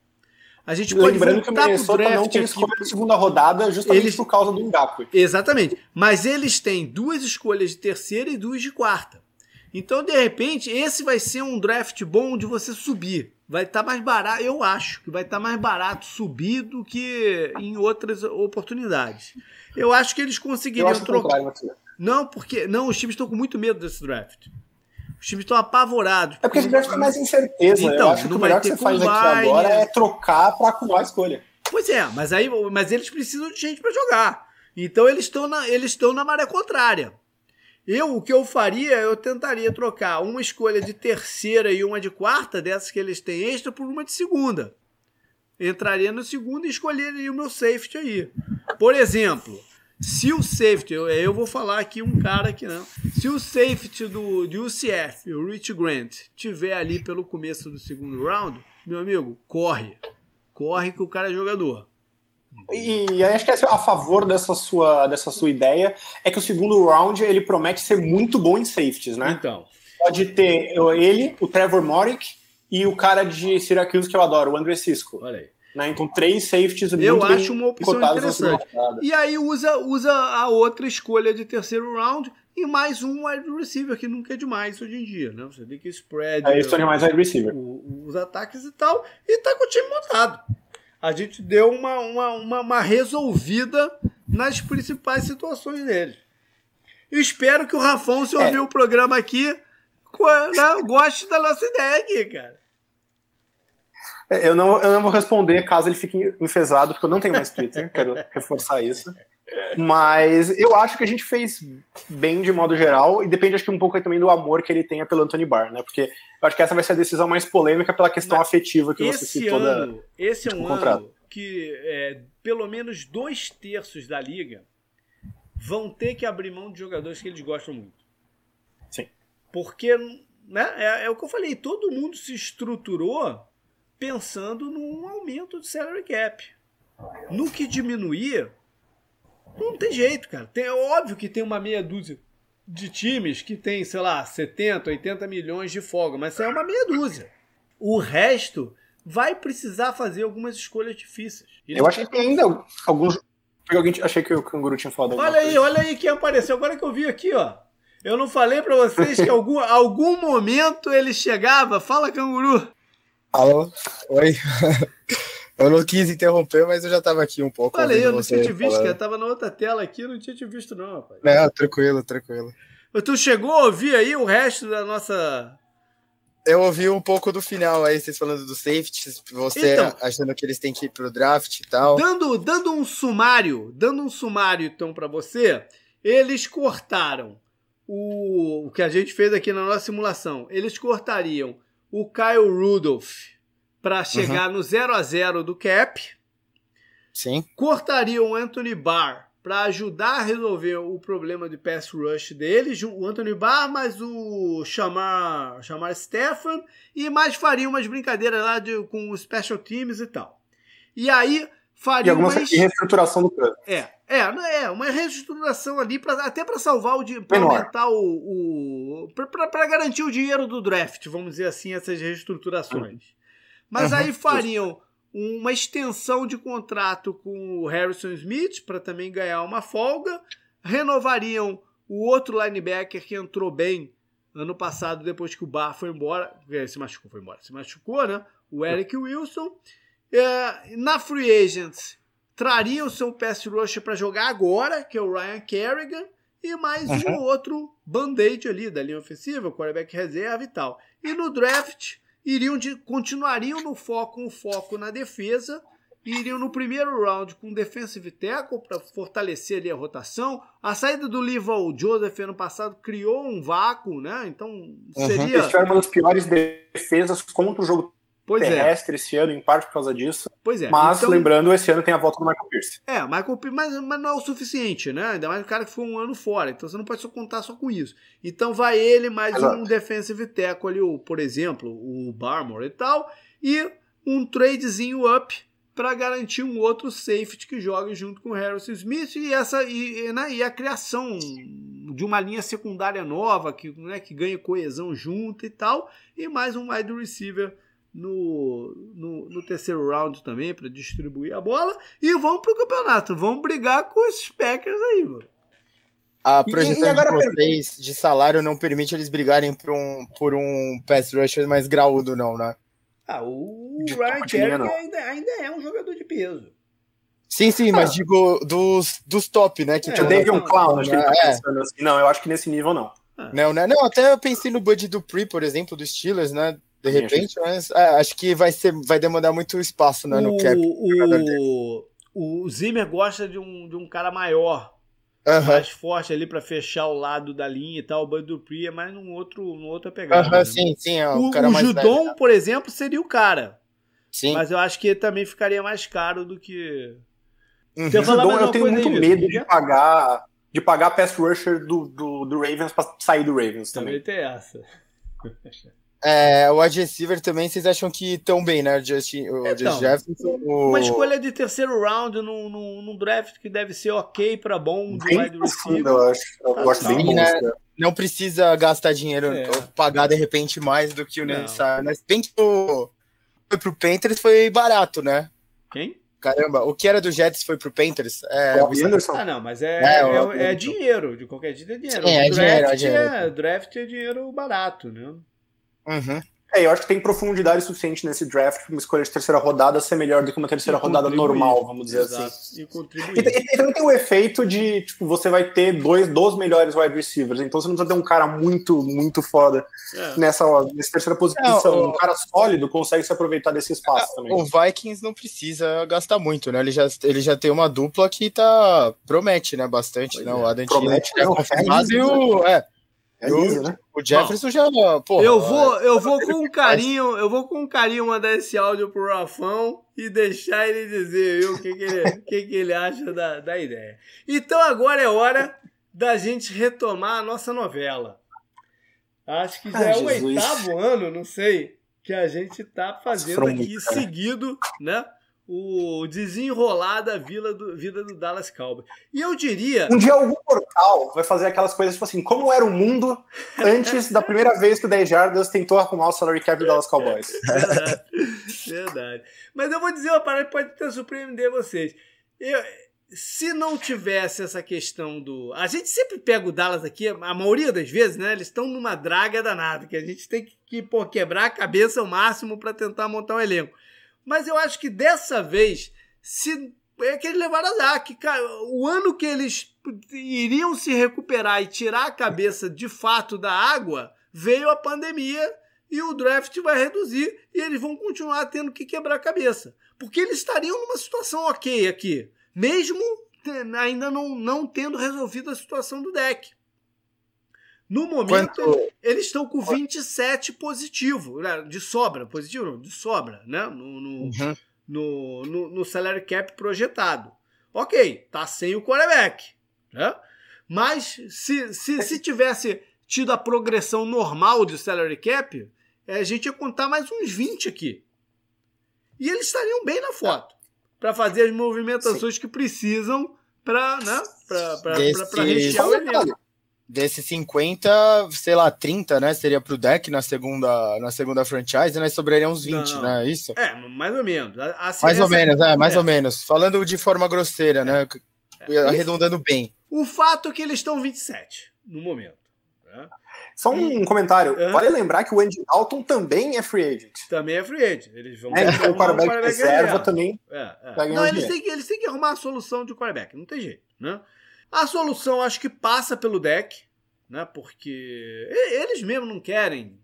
A: A gente pode
B: Lembrando que o Minnesota não tem escolha de segunda rodada justamente eles... por causa do Ngakoue.
A: Exatamente. Mas eles têm duas escolhas de terceira e duas de quarta. Então, de repente, esse vai ser um draft bom de você subir. Vai estar tá mais barato, eu acho que vai estar tá mais barato subir do que em outras oportunidades. Eu acho que eles conseguiriam trocar. Não, porque não, os times estão com muito medo desse draft. Os times estão apavorados.
B: É porque esse draft tem mais incerteza. Então, eu acho que o melhor que você faz aqui agora é trocar para acumular a escolha.
A: Pois é, mas, aí, mas eles precisam de gente para jogar. Então eles estão na, eles estão na maré contrária. Eu, o que eu faria, eu tentaria trocar uma escolha de terceira e uma de quarta, dessas que eles têm extra, por uma de segunda. Entraria no segundo e escolheria o meu safety aí. Por exemplo... Se o safety, eu, eu vou falar aqui um cara que não. Se o safety do, do U C F, o Rich Grant, tiver ali pelo começo do segundo round, meu amigo, corre. Corre que o cara é jogador.
B: E, e acho que a favor dessa sua, dessa sua ideia é que o segundo round ele promete ser muito bom em safeties, né?
A: Então.
B: Pode ter ele, o Trevor Morick e o cara de Syracuse que eu adoro, o André Cisco.
A: Olha aí.
B: Né? Então, três safeties muito
A: Eu
B: bem
A: acho uma opção interessante. E aí usa, usa a outra escolha de terceiro round e mais um wide receiver, que nunca é demais hoje em dia, né? Você tem que spread
B: é, isso é mais wide receiver.
A: O, os ataques e tal, e tá com o time montado. A gente deu uma, uma, uma, uma resolvida nas principais situações dele. Eu espero que o Rafão, se ouvir é. o programa aqui, né, goste da nossa ideia aqui, cara.
B: Eu não, eu não vou responder caso ele fique enfesado, porque eu não tenho mais Twitter, quero reforçar isso. Mas eu acho que a gente fez bem de modo geral, e depende acho que um pouco aí também do amor que ele tenha pelo Anthony Barr, né? Porque eu acho que essa vai ser a decisão mais polêmica pela questão Mas afetiva que você citou.
A: Ano,
B: da,
A: esse é um contrato. ano que é, pelo menos dois terços da liga vão ter que abrir mão de jogadores que eles gostam muito.
B: Sim.
A: Porque, né, é, é o que eu falei, todo mundo se estruturou pensando num aumento de salary cap. No que diminuir, não tem jeito, cara. Tem, é óbvio que tem uma meia dúzia de times que tem, sei lá, setenta, oitenta milhões de folga, mas isso é uma meia dúzia. O resto vai precisar fazer algumas escolhas difíceis.
B: E Eu acho que tem ainda alguns... Porque alguém achei que o Canguru tinha falado
A: Olha aí,
B: coisa.
A: olha aí quem apareceu. Agora que eu vi aqui, ó. Eu não falei pra vocês que algum, algum momento ele chegava. Fala, Canguru.
C: Alô? Oi. Eu não quis interromper, mas eu já tava aqui um pouco.
A: Olha aí, eu não tinha te visto, cara. Eu tava na outra tela aqui, eu não tinha te visto não, rapaz.
C: Não, tranquilo, tranquilo.
A: Mas tu chegou a ouvir aí o resto da nossa...
C: Eu ouvi um pouco do final aí, vocês falando do safety, você então, achando que eles têm que ir pro draft e tal.
A: Dando, dando um sumário, dando um sumário então pra você, eles cortaram o, o que a gente fez aqui na nossa simulação. Eles cortariam o Kyle Rudolph para chegar uhum. no zero a zero do cap.
C: Sim.
A: Cortariam o Anthony Barr para ajudar a resolver o problema de pass rush deles, o Anthony Barr, mais o Shamar, Shamar Stephen, e mais fariam umas brincadeiras lá de, com os special teams e tal. E aí fariam...
B: E alguma
A: umas...
B: reestruturação do plano.
A: É, é, é, uma reestruturação ali, pra, até para salvar o dinheiro, para aumentar o... o para garantir o dinheiro do draft, vamos dizer assim, essas reestruturações. Uhum. Mas uhum. aí fariam... uma extensão de contrato com o Harrison Smith para também ganhar uma folga, renovariam o outro linebacker que entrou bem ano passado depois que o Barr foi embora, se machucou, foi embora, se machucou, né? O Eric Wilson. É, na Free Agents, trariam o seu pass rusher para jogar agora, que é o Ryan Kerrigan, e mais uhum. um outro band-aid ali da linha ofensiva, quarterback reserva e tal. E no draft... iriam de, continuariam no foco, um foco na defesa, e iriam no primeiro round com defensive tackle para fortalecer ali a rotação. A saída do Leval Joseph ano passado criou um vácuo, né? Então seria...
B: Uhum. Eles tiveram uma das piores defesas contra o jogo
A: pois
B: terrestre
A: é.
B: esse ano, em parte por causa disso.
A: Pois é.
B: Mas,
A: então,
B: lembrando, esse ano tem a volta do Michael Pierce.
A: É, Michael Pierce, mas, mas não é o suficiente, né? Ainda mais o cara que ficou um ano fora. Então você não pode só contar só com isso. Então vai ele mais Exato. um defensive tackle ali, o, por exemplo, o Barmore e tal, e um tradezinho up para garantir um outro safety que jogue junto com o Harrison Smith e, essa, e, né, e a criação de uma linha secundária nova que, né, que ganha coesão junto e tal, e mais um wide receiver No, no, no terceiro round também para distribuir a bola e vão pro campeonato, vão brigar com os Packers aí, mano.
C: A projeção de vocês de salário não permite eles brigarem por um, por um pass rusher mais graúdo, não, né?
A: Ah, o Ryan Kerrigan ainda, ainda é um jogador de peso.
C: Sim, sim, ah. mas digo dos, dos top, né? Que
B: é, o David Clown, acho que ele tá
C: é.
B: pensando assim. Não, eu acho que nesse nível não.
C: Ah. Não, né? Não, até eu pensei no Bud Dupree, por exemplo, dos Steelers, né? De repente, mas é, acho que vai, ser, vai demandar muito espaço, né, no cap.
A: O, o Zimmer gosta de um, de um cara maior, uh-huh. mais forte ali para fechar o lado da linha e tal. O Bud Dupree é mais num outro, num outra pegada.
C: Uh-huh,
A: né?
C: Sim, sim, é
A: o,
C: cara
A: o
C: mais
A: Judon,
C: velho,
A: por exemplo, seria o cara.
C: Sim.
A: Mas eu acho que ele também ficaria mais caro do que...
B: Uhum. Eu, Judon, eu tenho muito aí, medo de pagar, de pagar pass rusher do, do, do Ravens para sair do Ravens também.
A: Também tem essa.
C: É, o wide receiver também, vocês acham que estão bem, né? Justin, o
A: Então,
C: Justin Jefferson. O...
A: Uma escolha de terceiro round num, num, num draft que deve ser ok para bom de
B: Bem
A: wide receiver.
B: profundo, eu acho. Eu
A: Tá
B: gosto bem
A: salvo.
B: bom.
C: né?
B: Né?
C: Não precisa gastar dinheiro
A: É.
C: ou pagar de repente mais do que o
A: Não.
C: necessário. Mas bem que o... foi pro Panthers foi barato, né?
A: Quem?
C: Caramba, o que era do Jets foi pro Panthers? É,
B: O Anderson.
A: Ah, não, mas é,
C: É,
A: é,
C: o-
A: é dinheiro. De qualquer jeito é dinheiro.
C: Sim, é
A: O
C: dinheiro, é
A: draft
C: dinheiro.
A: é, draft é dinheiro barato, né?
C: Uhum.
B: É, eu acho que tem profundidade suficiente nesse draft para uma escolha de terceira rodada ser melhor do que uma terceira
A: E
B: rodada
A: contribuir.
B: normal, vamos dizer
A: Exato.
B: assim.
A: E
B: E,
A: contribuir.
B: e- e também tem o efeito de, tipo, você vai ter dois dos melhores wide receivers, então você não precisa ter um cara muito, muito foda
A: É.
B: nessa, nessa terceira posição.
C: Não, o-
B: Um cara sólido consegue se aproveitar desse espaço também.
C: O Vikings não precisa gastar muito, né? Ele já, ele já tem uma dupla que tá promete, né? Bastante,
A: Pois
C: né?
A: é.
C: O Adam
B: Promete,
C: é
B: não,
C: confirmado
B: é
C: e o, é,
B: É
C: eu-
B: isso, né?
C: o Jefferson já, porra,
A: Eu vou, eu vou com carinho, eu vou com carinho mandar esse áudio pro Rafão e deixar ele dizer viu, o que, que, ele, o que, que ele acha da, da ideia. Então agora é hora da gente retomar a nossa novela. Acho que já
B: Ai,
A: é o
B: Jesus.
A: oitavo ano, não sei, que a gente tá fazendo
B: Foram
A: aqui
B: muito, cara.
A: seguido, né? O desenrolar da vida do, vida do Dallas Cowboys. E eu diria.
B: Um dia algum portal vai fazer aquelas coisas tipo assim, como era o mundo antes da primeira vez que o dez Jardas tentou arrumar o salary cap do Dallas Cowboys.
A: Verdade, verdade. Mas eu vou dizer uma parada que pode até surpreender vocês. Eu, se não tivesse essa questão do... A gente sempre pega o Dallas aqui, a maioria das vezes, né? Eles estão numa draga danada, que a gente tem que pô, quebrar a cabeça ao máximo para tentar montar um elenco. Mas eu acho que dessa vez, se é que eles levaram azar, que cara, o ano que eles iriam se recuperar e tirar a cabeça de fato da água, veio a pandemia e o draft vai reduzir e eles vão continuar tendo que quebrar a cabeça. Porque eles estariam numa situação ok aqui, mesmo ainda não, não tendo resolvido a situação do deck. No momento,
C: Quanto-
A: eles estão com vinte e sete positivo, né? De sobra, positivo não, de sobra, né? No, no,
C: Uhum.
A: no, no, no salary cap projetado. Ok, tá sem o quarterback, né? Mas se, se, se tivesse tido a progressão normal de salary cap, a gente ia contar mais uns vinte aqui. E eles estariam bem na foto para fazer as movimentações Sim. que precisam para né,
C: Desse-
A: rechear o elenco.
C: Desses cinquenta, sei lá, trinta, né? Seria pro deck na segunda, na segunda franchise, né? Sobraria uns vinte,
A: Não.
C: né? Isso?
A: É, mais ou menos. Assim,
C: Mais ou
A: essa-
C: menos, é, mais
A: é.
C: ou menos. Falando de forma grosseira, né? Arredondando bem.
A: O fato é que eles estão vinte e sete no momento. Né?
B: Só um comentário.
A: Uhum.
B: Vale lembrar que o Andy Dalton também é free agent.
A: Também é free agent. Eles vão
B: É, então o
A: arrumar um
B: quarterback reserva
A: reserva.
B: também.
A: É, é.
B: Vai ganhar
A: Não, eles
B: dinheiro.
A: têm, que, eles têm que arrumar a solução de quarterback. Não tem jeito. Né? A solução acho que passa pelo deck, né? Porque e- eles mesmo não querem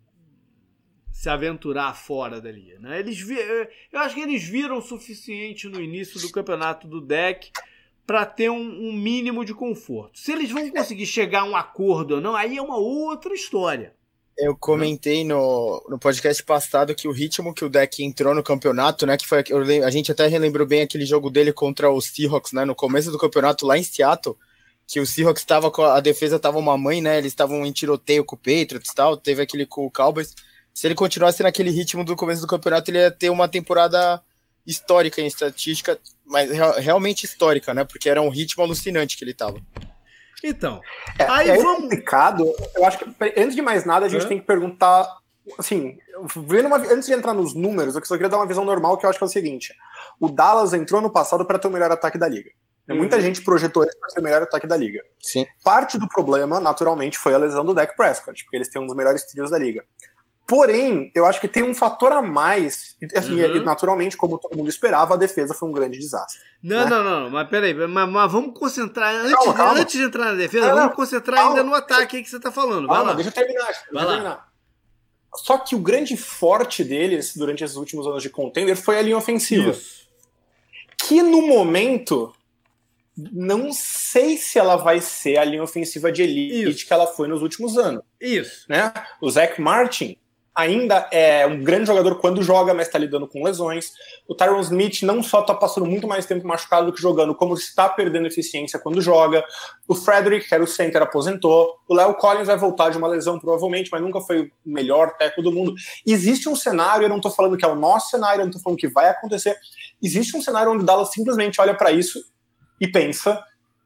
A: se aventurar fora dali. Né? Eles vi, eu acho que eles viram o suficiente no início do campeonato do deck para ter um, um mínimo de conforto. Se eles vão conseguir chegar a um acordo ou não, aí é uma outra história.
C: Eu comentei no, no podcast passado que o ritmo que o deck entrou no campeonato, né? Que foi eu lem- a gente até relembrou bem aquele jogo dele contra os Seahawks, né? No começo do campeonato lá em Seattle, que o Seahawks estava com a, a defesa tava uma mãe, né? Eles estavam em tiroteio com o Patriots e tal, teve aquele com o Cowboys. Se ele continuasse naquele ritmo do começo do campeonato, ele ia ter uma temporada histórica em estatística, mas real- realmente histórica, né? Porque era um ritmo alucinante que ele tava.
A: Então,
B: É,
A: aí
B: é
A: vamos...
B: complicado. Eu acho que, antes de mais nada, a gente
A: Hã?
B: tem que perguntar. Assim, vendo uma- antes de entrar nos números, eu só queria dar uma visão normal, que eu acho que é o seguinte: o Dallas entrou no passado para ter o melhor ataque da liga.
A: Uhum.
B: Muita gente projetou ele para ser o melhor ataque da liga.
C: Sim.
B: Parte do problema, naturalmente, foi a lesão do Dak Prescott, porque eles têm um dos melhores trios da liga. Porém, eu acho que tem um fator a mais. e, Assim,
A: Uhum.
B: e, naturalmente, como todo mundo esperava, a defesa foi um grande desastre.
A: Não,
B: né?
A: não, não, mas peraí, mas, mas vamos concentrar, antes,
B: Calma,
A: de,
B: calma.
A: antes de entrar na defesa,
B: Não, não,
A: vamos concentrar
B: calma.
A: ainda no ataque aí que você tá falando, vai
B: Calma,
A: lá.
B: deixa eu terminar. Deixa eu
A: Vai lá.
B: terminar. Só que o grande forte deles, durante esses últimos anos de contender, foi a linha ofensiva.
A: Isso.
B: Que no momento, não sei se ela vai ser a linha ofensiva de elite
A: Isso.
B: que ela foi nos últimos anos.
A: Isso.
B: Né? O Zach Martin ainda é um grande jogador quando joga, mas está lidando com lesões. O Tyron Smith não só está passando muito mais tempo machucado do que jogando, como está perdendo eficiência quando joga. O Frederick, que era o center, aposentou. O Léo Collins vai voltar de uma lesão, provavelmente, mas nunca foi o melhor técnico do mundo. Existe um cenário, eu não estou falando que é o nosso cenário, eu não estou falando que vai acontecer. Existe um cenário onde o Dallas simplesmente olha para isso e pensa: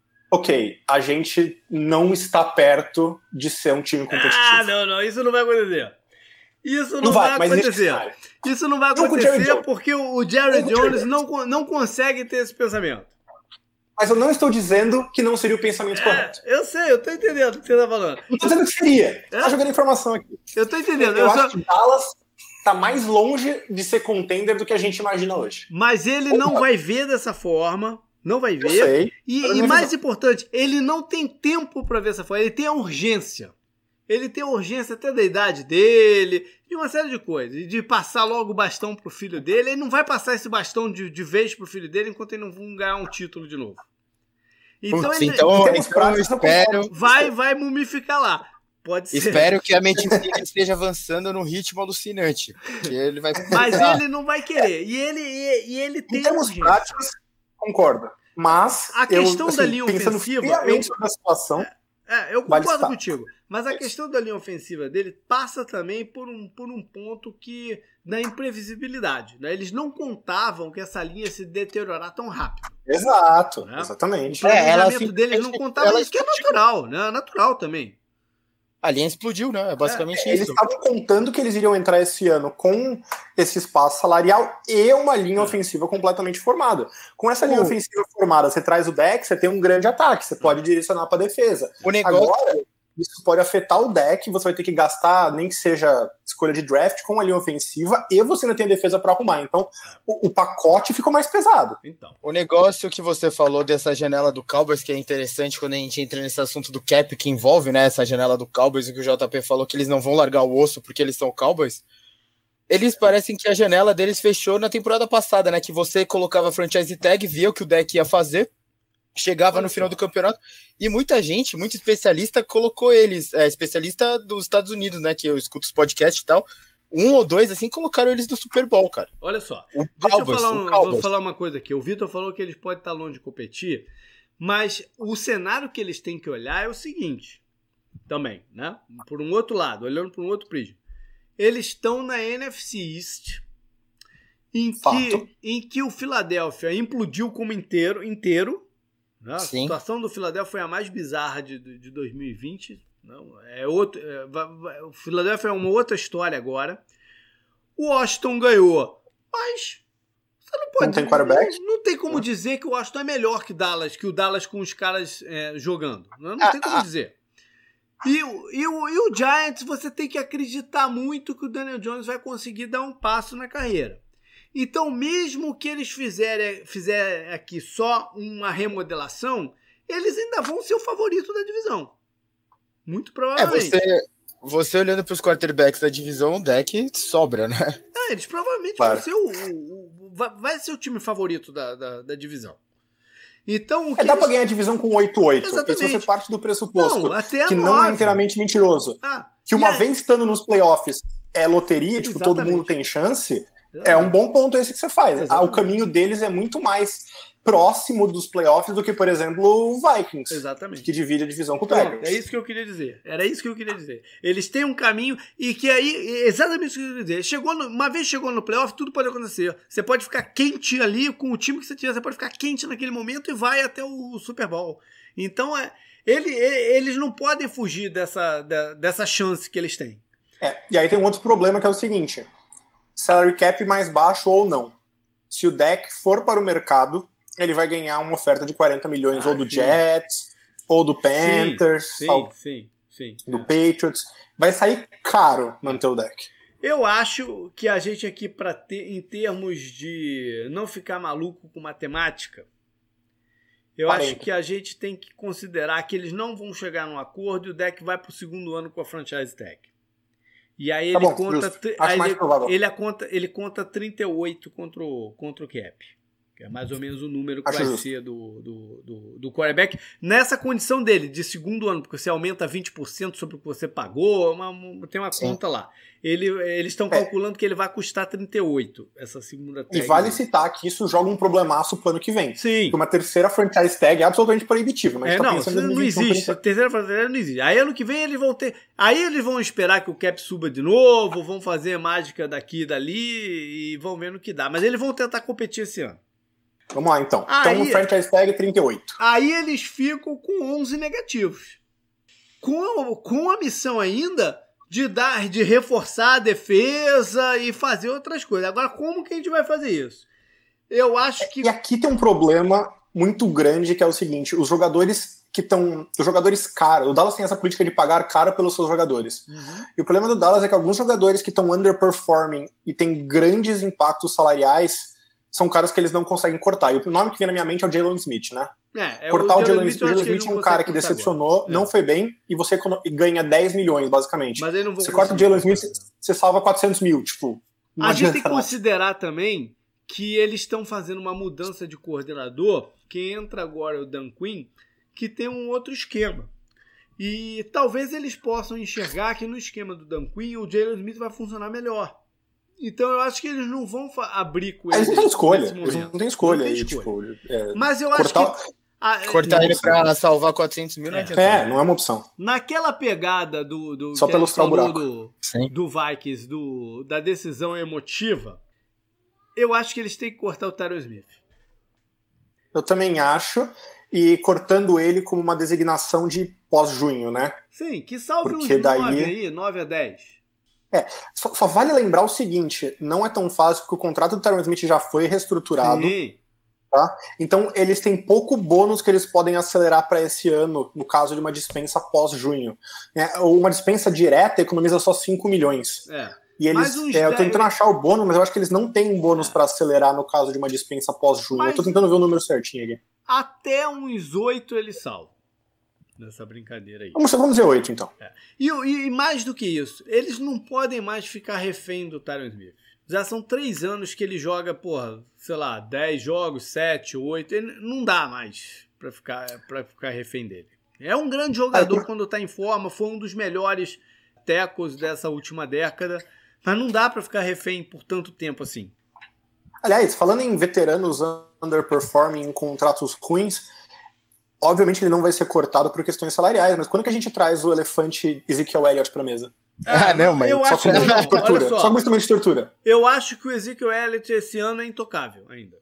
B: ok, a gente não está perto de ser um time competitivo.
A: Ah, não, não, isso não vai acontecer. Isso não, não vai, vai acontecer. Isso não vai acontecer não porque o Jerry Jones não, não consegue ter esse pensamento.
B: Mas eu não estou dizendo que não seria o pensamento é, correto.
A: Eu sei, eu estou entendendo o que você está falando.
B: Não estou dizendo que seria. Está é? jogando informação aqui.
A: Eu estou entendendo.
B: Eu, eu
A: acho
B: só... que Dallas está mais longe de ser contender do que a gente imagina hoje.
A: Mas ele Opa. não vai ver dessa forma. Não vai ver.
B: Eu sei,
A: e e mais importante, ele não tem tempo para ver essa forma. Ele tem a urgência. Ele tem a urgência até da idade dele, de uma série de coisas. De passar logo o bastão pro filho dele. Ele não vai passar esse bastão de, de vez pro filho dele enquanto ele não vai ganhar um título de novo. Então,
C: Putz,
A: ele,
C: então, então eu espero...
A: Vai, vai mumificar lá. Pode ser.
C: Espero que a mente dele esteja avançando no ritmo alucinante. Que ele vai...
A: Mas ele não vai querer. E ele, e, e ele tem
B: em termos práticos, concordo. Mas
A: a questão
B: eu, assim,
A: da linha ofensiva...
B: Eu, sobre a situação...
A: É, eu concordo contigo, mas a questão da linha ofensiva dele passa também por um, por um ponto que da imprevisibilidade, né? Eles não contavam que essa linha se deteriorar tão rápido.
B: Exato,
A: né?
B: exatamente.
A: O planejamento é, deles não contava isso, que é natural, né? Natural também.
C: A linha explodiu, né? É basicamente
B: é,
C: isso.
B: Eles estavam contando que eles iriam entrar esse ano com esse espaço salarial e uma linha é. ofensiva completamente formada. Com essa linha o... ofensiva formada, você traz o deck, você tem um grande ataque, você pode direcionar para defesa.
C: O negócio...
B: Agora, isso pode afetar o deck, você vai ter que gastar, nem que seja escolha de draft, com a linha ofensiva e você ainda tem a defesa para arrumar. Então, o, o pacote ficou mais pesado.
A: Então.
C: O negócio que você falou dessa janela do Cowboys, que é interessante quando a gente entra nesse assunto do cap que envolve, né, essa janela do Cowboys, e que o J P falou que eles não vão largar o osso porque eles são Cowboys. Eles parecem que a janela deles fechou na temporada passada, né, que você colocava a franchise tag, via o que o deck ia fazer, chegava no final do campeonato, e muita gente, muito especialista, colocou eles, é, especialista dos Estados Unidos, né, que eu escuto os podcasts e tal, um ou dois, assim, colocaram eles do Super Bowl, cara.
A: Olha só,
C: o
A: deixa
C: Cowboys,
A: eu falar, um, vou falar uma coisa aqui, o Vitor falou que eles podem estar longe de competir, mas o cenário que eles têm que olhar é o seguinte, também, né, por um outro lado, olhando por um outro prisma, eles estão na N F C East, em que, em que o Philadelphia implodiu como inteiro, inteiro. A
C: Sim.
A: situação do Philadelphia foi a mais bizarra de, de dois mil e vinte. Não, é outro, é, vai, vai, o Philadelphia é uma outra história agora. O Washington ganhou, mas você não pode.
B: Não tem quarterback?
A: Não, não tem como dizer que o Washington é melhor que o Dallas, que o Dallas com os caras é, jogando. Não, não tem como dizer. E, e, o, e o Giants, você tem que acreditar muito que o Daniel Jones vai conseguir dar um passo na carreira. Então, mesmo que eles fizerem, fizerem aqui só uma remodelação, eles ainda vão ser o favorito da divisão. Muito provavelmente.
C: É, você, você olhando para os quarterbacks da divisão, o deck sobra, né?
A: É, eles provavelmente claro. vão ser o, o, o, vai ser o time favorito da, da, da divisão. Então, o que
B: é, dá
A: eles...
B: para ganhar a divisão com oito a oito. Isso você parte do pressuposto não, até que não é inteiramente mentiroso. Ah, que uma aí... vez estando nos playoffs é loteria, tipo, todo mundo tem chance... É um bom ponto esse que você faz. Ah, o caminho deles é muito mais próximo dos playoffs do que, por exemplo, o Vikings.
A: Exatamente.
B: Que divide a divisão com o Packers.
A: É isso que eu queria dizer. Era isso que eu queria dizer. Eles têm um caminho e que aí, exatamente isso que eu queria dizer. Chegou no, uma vez chegou no playoff, tudo pode acontecer. Você pode ficar quente ali com o time que você tiver, você pode ficar quente naquele momento e vai até o Super Bowl. Então, é, ele, eles não podem fugir dessa, dessa chance que eles têm.
B: É, e aí tem um outro problema que é o seguinte... Salary cap mais baixo ou não. Se o deck for para o mercado, ele vai ganhar uma oferta de quarenta milhões ah, ou do sim. Jets, ou do Panthers,
A: sim,
B: ou
A: sim, sim,
B: do Patriots. Vai sair caro manter o deck.
A: Eu acho que a gente aqui, pra ter, em termos de não ficar maluco com matemática, eu quarenta. Acho que a gente tem que considerar que eles não vão chegar num acordo e o deck vai para o segundo ano com a franchise tag. E aí
B: tá
A: ele,
B: bom,
A: conta, aí ele, ele, conta, ele conta trinta e oito contra o, contra o cap. que é mais ou menos o número que
B: Acho
A: vai
B: justo.
A: ser do, do, do, do quarterback, nessa condição dele, de segundo ano, porque você aumenta vinte por cento sobre o que você pagou, uma, uma, tem uma
C: Sim.
A: conta lá. Ele, eles estão
B: É.
A: calculando que ele vai custar trinta e oito, essa segunda tag.
B: E vale
A: dele.
B: citar que isso joga um problemaço pro ano que vem.
A: Sim.
B: Porque uma terceira franchise tag é absolutamente proibitiva, mas
A: É,
B: a gente tá
A: não,
B: pensando
A: isso
B: em
A: não
B: dois mil e vinte e um por
A: existe.
B: enquanto.
A: Terceira franquia não existe. Aí ano que vem eles vão ter. Aí eles vão esperar que o cap suba de novo, vão fazer mágica daqui e dali e vão vendo o que dá. Mas eles vão tentar competir esse ano.
B: Vamos lá, então.
A: Aí-
B: Então, franchise tag trinta e oito.
A: Aí eles ficam com onze negativos. Com, com a missão ainda de dar, de reforçar a defesa e fazer outras coisas. Agora, como que a gente vai fazer isso? Eu acho que.
B: E aqui tem um problema muito grande que é o seguinte: os jogadores que estão. Os jogadores caros. O Dallas tem essa política de pagar caro pelos seus jogadores.
A: Uhum.
B: E o problema do Dallas é que alguns jogadores que estão underperforming e têm grandes impactos salariais são caras que eles não conseguem cortar. E o nome que vem na minha mente é o Jalen Smith, né?
A: É, é
B: Cortar o Jalen
A: eu
B: Smith,
A: acho
B: o Jalen
A: que ele
B: Smith é
A: não
B: um cara
A: consegue
B: que
A: cortar
B: decepcionou,
A: agora.
B: não
A: É.
B: foi bem, e você econo- e ganha dez milhões, basicamente.
A: Mas eles não vão
B: Você corta o
A: conseguir
B: Jalen Smith,
A: cortar.
B: você salva quatrocentos mil, tipo. não
A: A gente tem que
B: adianta nada.
A: considerar também que eles estão fazendo uma mudança de coordenador, que entra agora o Dan Quinn, que tem um outro esquema. E talvez eles possam enxergar que no esquema do Dan Quinn o Jalen Smith vai funcionar melhor. Então eu acho que eles não vão fa- abrir com ele.
B: Eles não têm escolha,
A: nesse
B: eles
A: momento.
B: não têm escolha
A: Não tem
B: aí,
A: escolha.
B: tipo. é,
A: Mas eu acho
B: cortar-
A: que. a-
C: Cortar ele
B: Nossa.
C: pra salvar quatrocentos mil não
A: É.
C: adianta.
B: É, não é uma opção.
A: Naquela pegada do. do
B: Só
A: que
B: pra
A: a gente
B: ilustrar o
A: falou
B: buraco.
A: do,
C: Sim.
A: do Vikings, do, da decisão emotiva, eu acho que eles têm que cortar o Tyron Smith.
B: Eu também acho, e cortando ele como uma designação de pós-junho, né?
A: Sim, que salve
B: Porque
A: uns
B: daí-
A: nove aí, nove a dez.
B: Só, só vale lembrar o seguinte: não é tão fácil porque o contrato do Tyron Smith já foi reestruturado.
A: Sim.
B: Então, eles têm pouco bônus que eles podem acelerar para esse ano, no caso de uma dispensa pós-junho. É, ou uma dispensa direta economiza só cinco milhões.
A: É.
B: E
A: Mais
B: eles.
A: uns
B: É, eu tô
A: dez-
B: tentando achar o bônus, mas eu acho que eles não têm um bônus para acelerar no caso de uma dispensa pós-junho.
A: Mas-
B: Eu tô tentando ver o número certinho aqui.
A: Até uns oito eles salvam. Nessa brincadeira aí.
B: Vamos, vamos dizer oito, então.
A: E, e mais do que isso, eles não podem mais ficar refém do Tyron Smith. Já são três anos que ele joga, porra, sei lá, dez jogos, sete, oito. Ele não dá mais pra ficar, pra ficar refém dele. É um grande jogador
B: Ah,
A: quando tá em forma, foi um dos melhores tackles dessa última década, mas não dá pra ficar refém por tanto tempo assim.
B: Aliás, falando em veteranos underperforming em contratos ruins, obviamente ele não vai ser cortado por questões salariais, mas quando que a gente traz o elefante Ezekiel Elliott pra mesa?
C: Ah, não, mas
A: eu
B: Só
A: acho
B: com
A: que não,
B: instrumento de tortura.
A: olha
B: Só,
A: só.
B: com instrumento de tortura.
A: Eu acho que o Ezekiel Elliott esse ano é intocável ainda.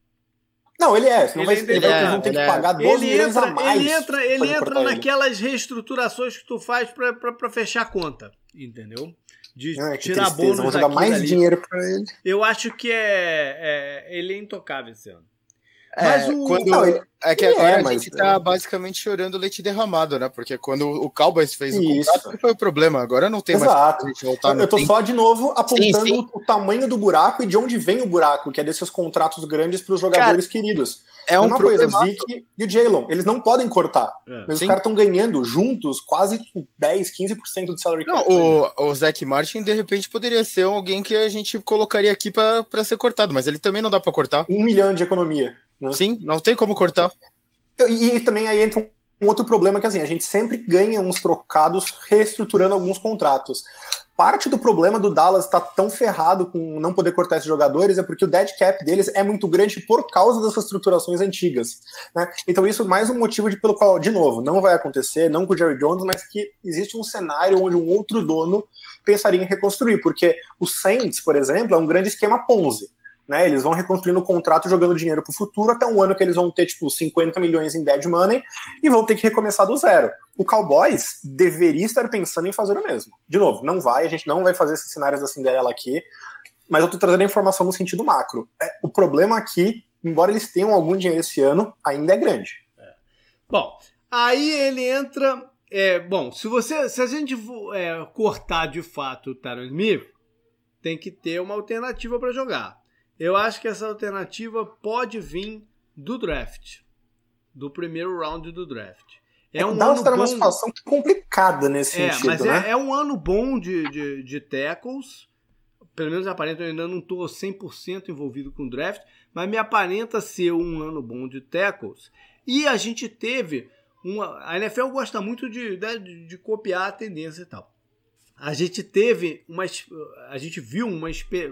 B: Não, ele é. Senão
A: Ele
B: vai,
A: ainda
B: ele vai,
C: é,
B: eles vão ter
C: ele
B: que
C: é.
B: pagar doze
A: Ele
B: milhões
A: entra,
B: a mais.
A: ele entra, ele
B: pra
A: entra
B: cortar ele.
A: naquelas reestruturações que tu faz pra, pra, pra fechar a conta, entendeu? De
B: Ah, que
A: tirar
B: tristeza,
A: bônus
B: vão jogar
A: daqui e
B: mais
A: dali.
B: dinheiro pra ele.
A: Eu acho que é, é- ele é intocável esse ano.
C: É,
A: Mas o-
C: quando,
B: Não, ele-
C: é que
B: ele
C: agora
B: é,
C: a
B: mas-
C: gente tá basicamente chorando leite derramado, né? Porque quando o Cowboys fez o
B: Isso.
C: contrato, que foi o problema. Agora não tem mais
B: Exato.
C: pra gente voltar
B: Eu,
C: no
B: eu tô
C: tempo.
B: só de novo apontando
C: Sim, sim.
B: o tamanho do buraco e de onde vem o buraco, que é desses contratos grandes pros jogadores queridos.
C: É um
B: Uma coisa, o
C: problema.
B: Zeke e o Jalen, eles não podem cortar.
A: É.
B: Mas
C: Sim.
B: os caras estão ganhando juntos quase dez, quinze por cento do salary
C: Não,
B: cap.
C: o, o Zach Martin, de repente, poderia ser alguém que a gente colocaria aqui pra, pra ser cortado, mas ele também não dá pra cortar.
B: Um milhão de economia. Né?
C: Sim, não tem como cortar.
B: E, e também aí entra um outro problema que assim, a gente sempre ganha uns trocados reestruturando alguns contratos. Parte do problema do Dallas estar tá tão ferrado com não poder cortar esses jogadores é porque o dead cap deles é muito grande por causa das reestruturações antigas. Né? Então isso é mais um motivo de, pelo qual, de novo, não vai acontecer, não com o Jerry Jones, mas que existe um cenário onde um outro dono pensaria em reconstruir. Porque o Saints, por exemplo, é um grande esquema Ponzi. Né, eles vão reconstruindo o contrato, jogando dinheiro para o futuro, até um ano que eles vão ter tipo cinquenta milhões em dead money e vão ter que recomeçar do zero. O Cowboys deveria estar pensando em fazer o mesmo. De novo, não vai, a gente não vai fazer esses cenários da Cinderela aqui, mas eu estou trazendo a informação no sentido macro. É, o problema aqui, embora eles tenham algum dinheiro esse ano, ainda é grande.
A: É. Bom, aí ele entra... É, bom, se, você, se a gente é, cortar de fato o Tyron Smith, tem que ter uma alternativa para jogar. Eu acho que essa alternativa pode vir do draft, do primeiro round do draft. É um
B: o Dallas
A: ano
B: está numa
A: bom,
B: situação complicada nesse
A: é,
B: sentido,
A: mas
B: né?
A: é, é um ano bom de, de, de tackles, pelo menos aparenta, eu ainda não estou cem por cento envolvido com o draft, mas me aparenta ser um ano bom de tackles. E a gente teve uma... A N F L gosta muito de, de, de copiar a tendência e tal. A gente teve uma... A gente viu uma,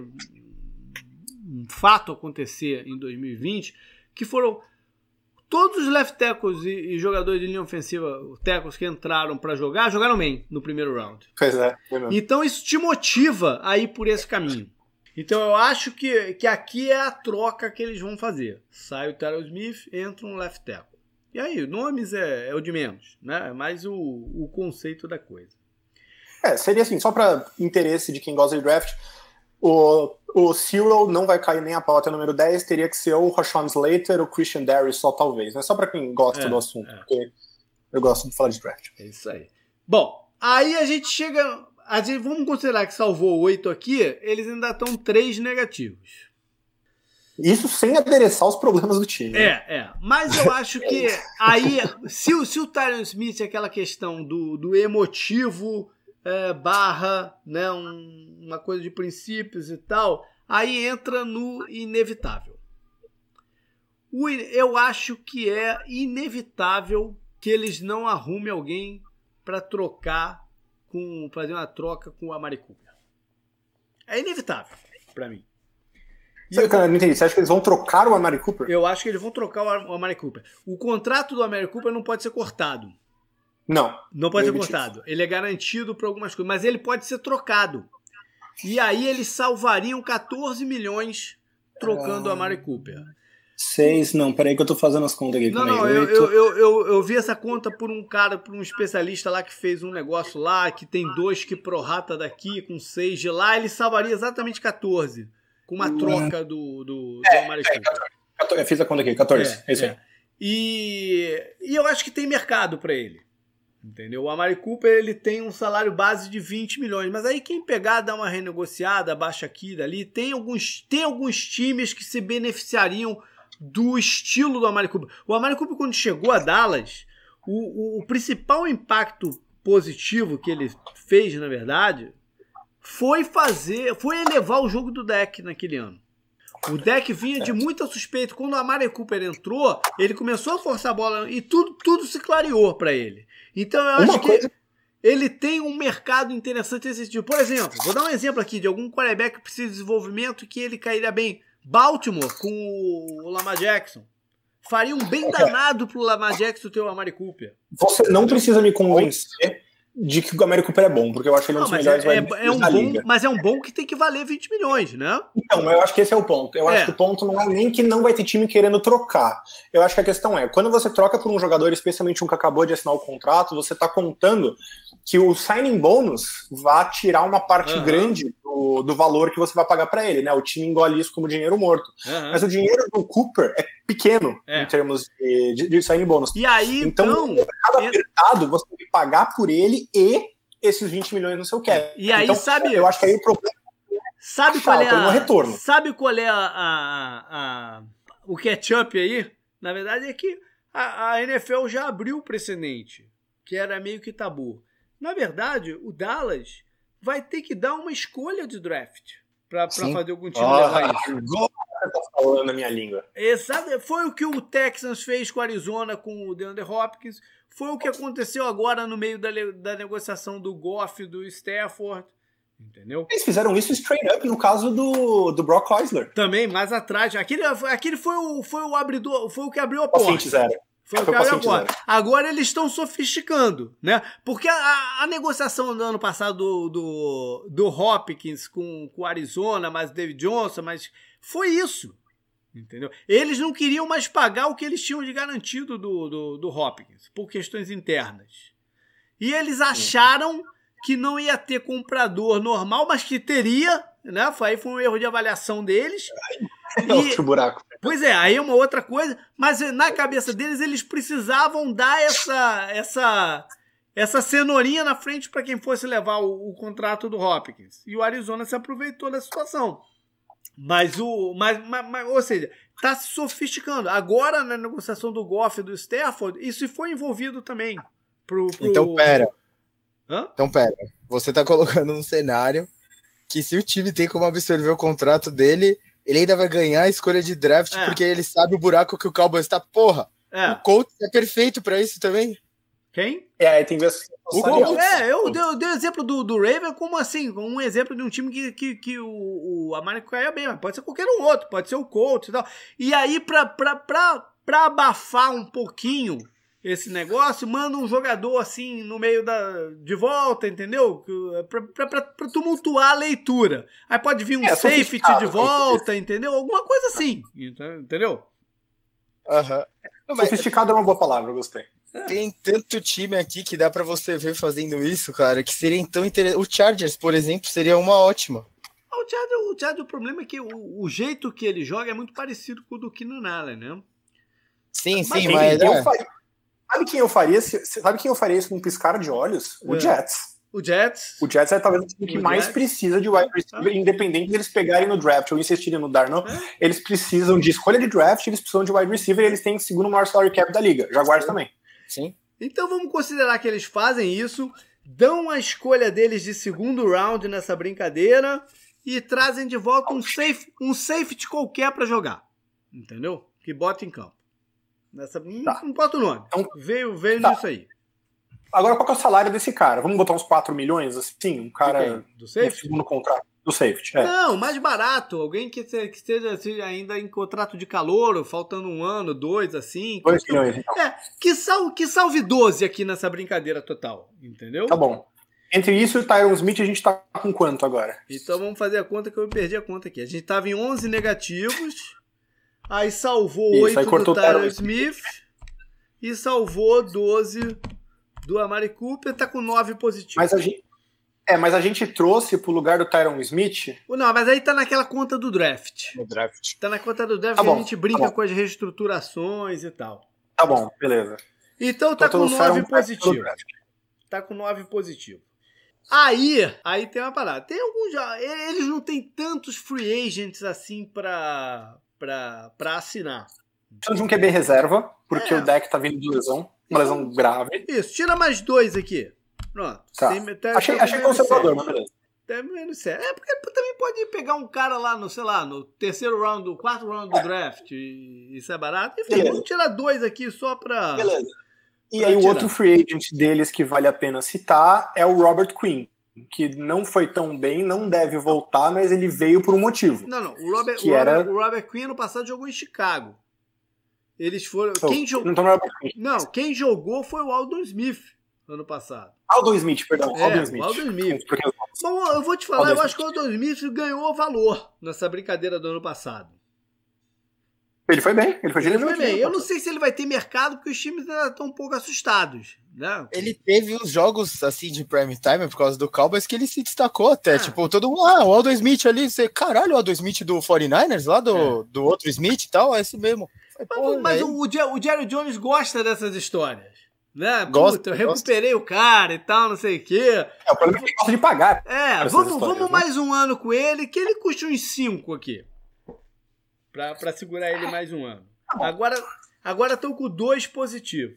A: um fato acontecer em dois mil e vinte, que foram todos os left tackles e, e jogadores de linha ofensiva, tackles que entraram para jogar, jogaram bem no primeiro round.
B: Pois é.
A: Então isso te motiva a ir por esse caminho. Então eu acho que, que aqui é a troca que eles vão fazer. Sai o Terrell Smith, entra um left tackle. E aí, nomes é, é o de menos, né? É mais o, o conceito da coisa.
B: É, seria assim, só para interesse de quem gosta de draft, o, o Cyril não vai cair nem a pau até o número dez, teria que ser o Rashawn Slater ou o Christian Darris só talvez, né? Só para quem gosta
A: é,
B: do assunto,
A: é.
B: porque eu gosto de falar de draft.
A: É isso aí. Bom, aí a gente chega... A gente, vamos considerar que salvou oito aqui, eles ainda estão três negativos.
B: Isso sem adereçar os problemas do time.
A: É, né? é. Mas eu acho que aí, se, o, se o Tyron Smith é aquela questão do, do emotivo é, barra, né, um, uma coisa de princípios e tal, aí entra no inevitável. O, eu acho que é inevitável que eles não arrumem alguém para trocar, com, fazer uma troca com o Amari Cooper. É inevitável para mim.
B: Você, cara, não entendi. Você acha que eles vão trocar o Amari Cooper?
A: Eu acho que eles vão trocar o Amari Cooper. O contrato do Amari Cooper não pode ser cortado.
B: Não.
A: Não pode ser cortado. Ele é garantido para algumas coisas, mas ele pode ser trocado. E aí eles salvariam catorze milhões trocando o Amari Cooper.
B: Seis, não, peraí que eu tô fazendo as contas aqui.
A: Não, não, eu, eu, eu, eu, eu vi essa conta por um cara, por um especialista lá que fez um negócio lá, que tem dois que prorata daqui, com seis de lá, ele salvaria exatamente catorze. Com uma troca do, do, do
B: é,
A: Amari
B: é,
A: Cooper.
B: catorze, eu fiz a conta aqui, catorze. É, é isso aí.
A: É. E, e eu acho que tem mercado para ele. Entendeu? O Amari Cooper ele tem um salário base de vinte milhões, mas aí quem pegar, dá uma renegociada, baixa aqui, dali, tem alguns, tem alguns times que se beneficiariam do estilo do Amari Cooper. O Amari Cooper, quando chegou a Dallas, o, o, o principal impacto positivo que ele fez, na verdade, foi fazer, foi elevar o jogo do Dak naquele ano. O Dak vinha de muita suspeita. Quando o Amari Cooper entrou, ele começou a forçar a bola e tudo, tudo se clareou para ele. Então eu acho Uma que coisa... ele tem um mercado interessante nesse tipo. Por exemplo, vou dar um exemplo aqui de algum quarterback que precisa de desenvolvimento que ele cairia bem. Baltimore com o Lamar Jackson. Faria um bem danado pro Lamar Jackson ter o Amari Cooper.
B: Você não precisa me convencer de que o Amari Cooper é bom, porque eu acho que ele é um dos melhores
A: é, é, é um
B: da
A: bom,
B: liga.
A: Mas é um bom que tem que valer vinte milhões, né?
B: Então, eu acho que esse é o ponto. Eu
A: é.
B: acho que o ponto não é nem que não vai ter time querendo trocar. Eu acho que a questão é, quando você troca por um jogador, especialmente um que acabou de assinar o contrato, você tá contando que o signing bonus vai tirar uma parte uhum. grande do, do valor que você vai pagar para ele, né? O time engole isso como dinheiro morto. Uhum. Mas o dinheiro do Cooper é pequeno é. em termos de, de, de signing bonus.
A: E aí, então,
B: então no mercado é... apertado, você tem que pagar por ele e esses vinte milhões no seu cap.
A: E aí,
B: então,
A: sabe...
B: Eu acho que aí o problema
A: sabe qual é a,
B: retorno.
A: Sabe qual é a, a, a, o catch-up aí? Na verdade é que a, a N F L já abriu o precedente, que era meio que tabu. Na verdade, o Dallas vai ter que dar uma escolha de draft para fazer algum time
B: oh,
A: levar isso.
B: Agora tá falando na minha língua.
A: Exato. Foi o que o Texans fez com o Arizona, com o DeAndre Hopkins. Foi o que aconteceu agora no meio da, da negociação do Goff, do Stafford. Entendeu?
B: Eles fizeram isso straight up no caso do, do Brock Osweiler.
A: Também, mais atrás. Aquele, aquele foi, o, foi o abridor, foi o que abriu a porta.
B: Paciente zero.
A: Foi o que abriu a porta. Agora eles estão sofisticando, né? Porque a, a negociação do ano passado do, do, do Hopkins com o Arizona, mais o David Johnson, mas foi isso. Entendeu? Eles não queriam mais pagar o que eles tinham de garantido do, do, do Hopkins, por questões internas. E eles acharam que não ia ter comprador normal, mas que teria, né? Aí foi um erro de avaliação deles.
B: É outro buraco.
A: Pois é, aí é uma outra coisa, mas na cabeça deles eles precisavam dar essa, essa, essa cenourinha na frente para quem fosse levar o, o contrato do Hopkins. E o Arizona se aproveitou da situação. Mas o. Mas, mas, mas, ou seja, está se sofisticando. Agora, na negociação do Goff e do Stafford, isso foi envolvido também. Pro, pro...
C: Então, pera.
A: Hã?
C: Então, pera. Você está colocando um cenário que se o time tem como absorver o contrato dele, ele ainda vai ganhar a escolha de draft, é. porque ele sabe o buraco que o Cowboys tá. Porra, é. o Colts é perfeito pra isso também.
A: Quem?
B: É, tem vezes.
A: O Colts, é, eu dei, eu dei o exemplo do, do Raven como assim, como um exemplo de um time que, que, que o, o Amari caia bem, mas pode ser qualquer um outro, pode ser o Colts e tal. E aí, pra, pra, pra, pra abafar um pouquinho esse negócio, manda um jogador assim no meio da, de volta, entendeu? Pra, pra, pra, pra tumultuar a leitura. Aí pode vir um é, safety de volta, entendeu? Alguma coisa assim, entendeu?
B: Aham. Uhum. Sofisticado é uma boa palavra, eu gostei.
C: Tem tanto time aqui que dá pra você ver fazendo isso, cara, que seria tão interessante. O Chargers, por exemplo, seria uma ótima.
A: O Chargers, o, Chargers, o problema é que o, o jeito que ele joga é muito parecido com o do Keenan Allen, né?
C: Sim,
B: mas,
C: sim, mas...
B: Eu é. faria, sabe quem eu faria? Sabe quem eu faria isso com um piscar de olhos? O é. Jets.
A: O Jets?
B: O Jets é talvez o time que o mais Jets? precisa de wide receiver, ah. independente de eles pegarem no draft ou insistirem no Darnold. É. Eles precisam de escolha de draft, eles precisam de wide receiver e eles têm o segundo maior salary cap da liga. Jaguars também.
C: Sim.
A: Então vamos considerar que eles fazem isso, dão a escolha deles de segundo round nessa brincadeira e trazem de volta um, safe, um safety qualquer para jogar. Entendeu? Que bota em campo. Nessa, tá. Não bota o nome. Então, veio veio tá. nisso aí.
B: Agora qual que é o salário desse cara? Vamos botar uns quatro milhões assim? Um cara
A: do safety?
B: segundo contrato. Do safety, é.
A: Não, mais barato. Alguém que, que esteja assim, ainda em contrato de calouro, faltando um ano, dois, assim.
B: Dois milhões, então.
A: É, que, sal, que salve doze aqui nessa brincadeira total, entendeu?
B: Tá bom. Entre isso e o Tyron Smith, a gente tá com quanto agora?
A: Então vamos fazer a conta que eu perdi a conta aqui. A gente tava em onze negativos, aí salvou isso, oito aí do Tyron Smith e salvou doze do Amari Cooper, tá com nove positivos.
B: Mas a gente... É, mas a gente trouxe pro lugar do Tyron Smith...
A: Não, mas aí tá naquela conta do draft.
B: No draft.
A: Tá na conta do draft tá que bom, a gente brinca tá com as reestruturações e tal.
B: Tá bom, beleza.
A: Então tá então, com nove positivo. Tá com nove positivo. Aí, aí tem uma parada. Tem alguns já... Eles não tem tantos free agents assim pra, pra, pra assinar.
B: Precisamos de um Q B reserva, porque é. o deck tá vindo de lesão. Uma lesão grave.
A: Isso, tira mais dois aqui. Pronto.
B: Tá. Tem, tá, achei achei conservador, mas beleza.
A: É, porque também pode pegar um cara lá no, sei lá, no terceiro round, no quarto round do é. draft e isso é barato. Enfim, beleza. Vamos tirar dois aqui só pra...
B: Beleza. E pra aí tirar. O outro free agent deles que vale a pena citar é o Robert Quinn, que não foi tão bem, não deve voltar, mas ele veio por um motivo.
A: Não, não. O Robert,
B: que
A: o
B: era...
A: Robert, o Robert Quinn no passado jogou em Chicago. Eles foram...
B: Oh,
A: quem jogou...
B: Não,
A: não, quem jogou foi o Aldon Smith. Ano passado.
B: Aldon Smith, perdão.
A: É,
B: Aldon Smith.
A: Aldon Smith. Bom, eu vou te falar, Aldon eu acho que o Aldon Smith ganhou valor nessa brincadeira do ano passado.
B: Ele foi bem, ele foi,
A: ele foi bem. Eu não sei se ele vai ter mercado, porque os times ainda estão um pouco assustados. Né?
C: Ele teve uns jogos assim de prime time por causa do Cowboys que ele se destacou até. Ah. Tipo, todo mundo, ah, o Aldon Smith ali, você, caralho, o Aldon Smith do quarenta e nine ers, lá do, é. do outro Smith e tal, é esse mesmo.
A: Mas, Pô, mas o, o Jerry Jones gosta dessas histórias. Né?
C: Gosto,
A: Puta, eu recuperei gosto. o cara e tal, não sei o quê.
B: É, o problema é que ele gosta de pagar.
A: É, vamos, vamos né? mais um ano com ele, que ele custa uns cinco aqui. Pra, pra segurar ele mais um ano. Agora agora estão com dois positivos.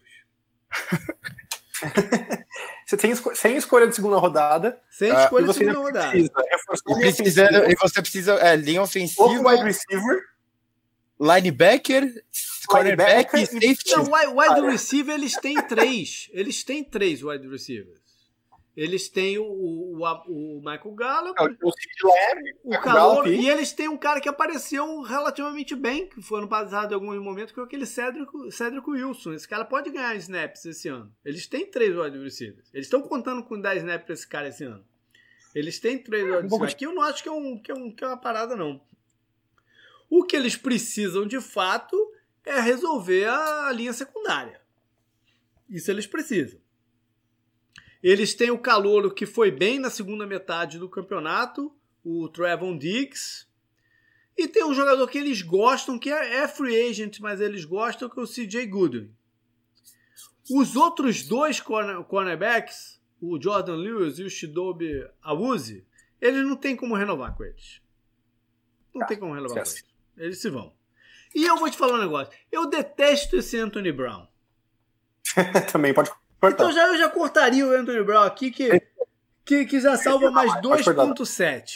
B: Você tem esco- sem escolha de segunda rodada.
A: Sem uh, escolha de segunda rodada.
B: Precisa
C: e, precisa, e você precisa, é, linha ofensiva.
B: Ou wide receiver.
C: Linebacker, cornerback e safety.
A: Não, wide receiver eles têm três. Eles têm três wide receivers. Eles têm o, o, o Michael Gallup,
B: o, o,
A: o Calor, e eles têm um cara que apareceu relativamente bem, que foi ano passado em alguns momentos, que é aquele Cedric, Cedric Wilson. Esse cara pode ganhar snaps esse ano. Eles têm três wide receivers. Eles estão contando com dez snaps para esse cara esse ano. Eles têm três wide receivers. Aqui eu não acho que é, um, que, é um, que é uma parada, não. O que eles precisam, de fato, é resolver a linha secundária. Isso eles precisam. Eles têm o calouro que foi bem na segunda metade do campeonato, o Trevon Diggs. E tem um jogador que eles gostam, que é, é free agent, mas eles gostam, que é o C J Goodwin. Os outros dois corner, cornerbacks, o Jordan Lewis e o Chidobe Awuzie, eles não tem como renovar com eles. Não tá, tem como renovar com eles. Eles se vão. E eu vou te falar um negócio. Eu detesto esse Anthony Brown.
B: Também pode cortar.
A: Então já, eu já cortaria o Anthony Brown aqui, que, que, que já salva mais dois ponto sete.